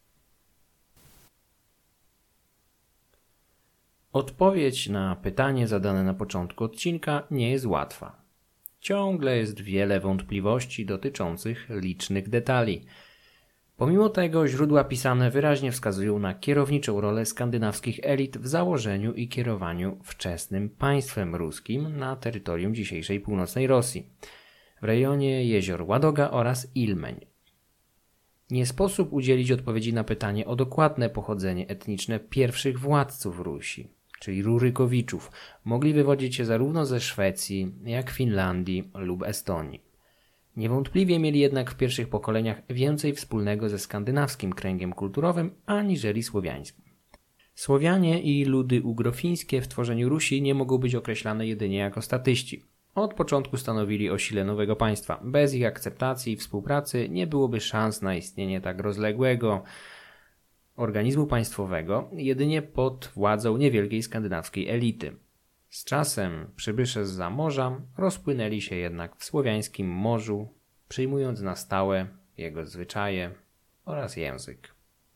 A: Odpowiedź na pytanie zadane na początku odcinka nie jest łatwa. Ciągle jest wiele wątpliwości dotyczących licznych detali. Pomimo tego źródła pisane wyraźnie wskazują na kierowniczą rolę skandynawskich elit w założeniu i kierowaniu wczesnym państwem ruskim na terytorium dzisiejszej północnej Rosji, w rejonie jezior Ładoga oraz Ilmeń. Nie sposób udzielić odpowiedzi na pytanie o dokładne pochodzenie etniczne pierwszych władców Rusi, czyli Rurykowiczów. Mogli wywodzić się zarówno ze Szwecji, jak Finlandii lub Estonii. Niewątpliwie mieli jednak w pierwszych pokoleniach więcej wspólnego ze skandynawskim kręgiem kulturowym aniżeli słowiańskim. Słowianie i ludy ugrofińskie w tworzeniu Rusi nie mogą być określane jedynie jako statyści. Od początku stanowili o sile nowego państwa. Bez ich akceptacji i współpracy nie byłoby szans na istnienie tak rozległego organizmu państwowego, jedynie pod władzą niewielkiej skandynawskiej elity. Z czasem przybysze zza morza rozpłynęli się jednak w słowiańskim morzu, przyjmując na stałe jego zwyczaje oraz język.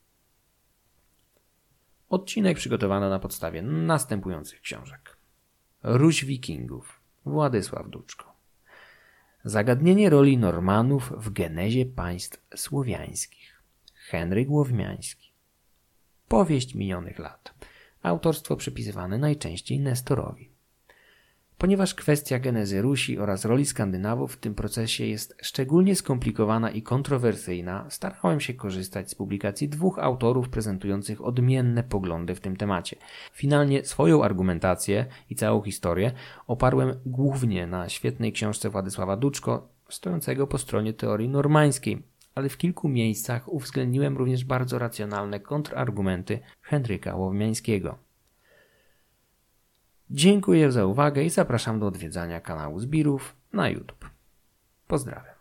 A: Odcinek przygotowano na podstawie następujących książek. Ruś Wikingów, Władysław Duczko. Zagadnienie roli Normanów w genezie państw słowiańskich, Henryk Łowmiański. Powieść minionych lat. Autorstwo przypisywane najczęściej Nestorowi. Ponieważ kwestia genezy Rusi oraz roli Skandynawów w tym procesie jest szczególnie skomplikowana i kontrowersyjna, starałem się korzystać z publikacji dwóch autorów prezentujących odmienne poglądy w tym temacie. Finalnie swoją argumentację i całą historię oparłem głównie na świetnej książce Władysława Duczko, stojącego po stronie teorii normańskiej, ale w kilku miejscach uwzględniłem również bardzo racjonalne kontrargumenty Henryka Łowmiańskiego. Dziękuję za uwagę i zapraszam do odwiedzania kanału Zbirów na YouTube. Pozdrawiam.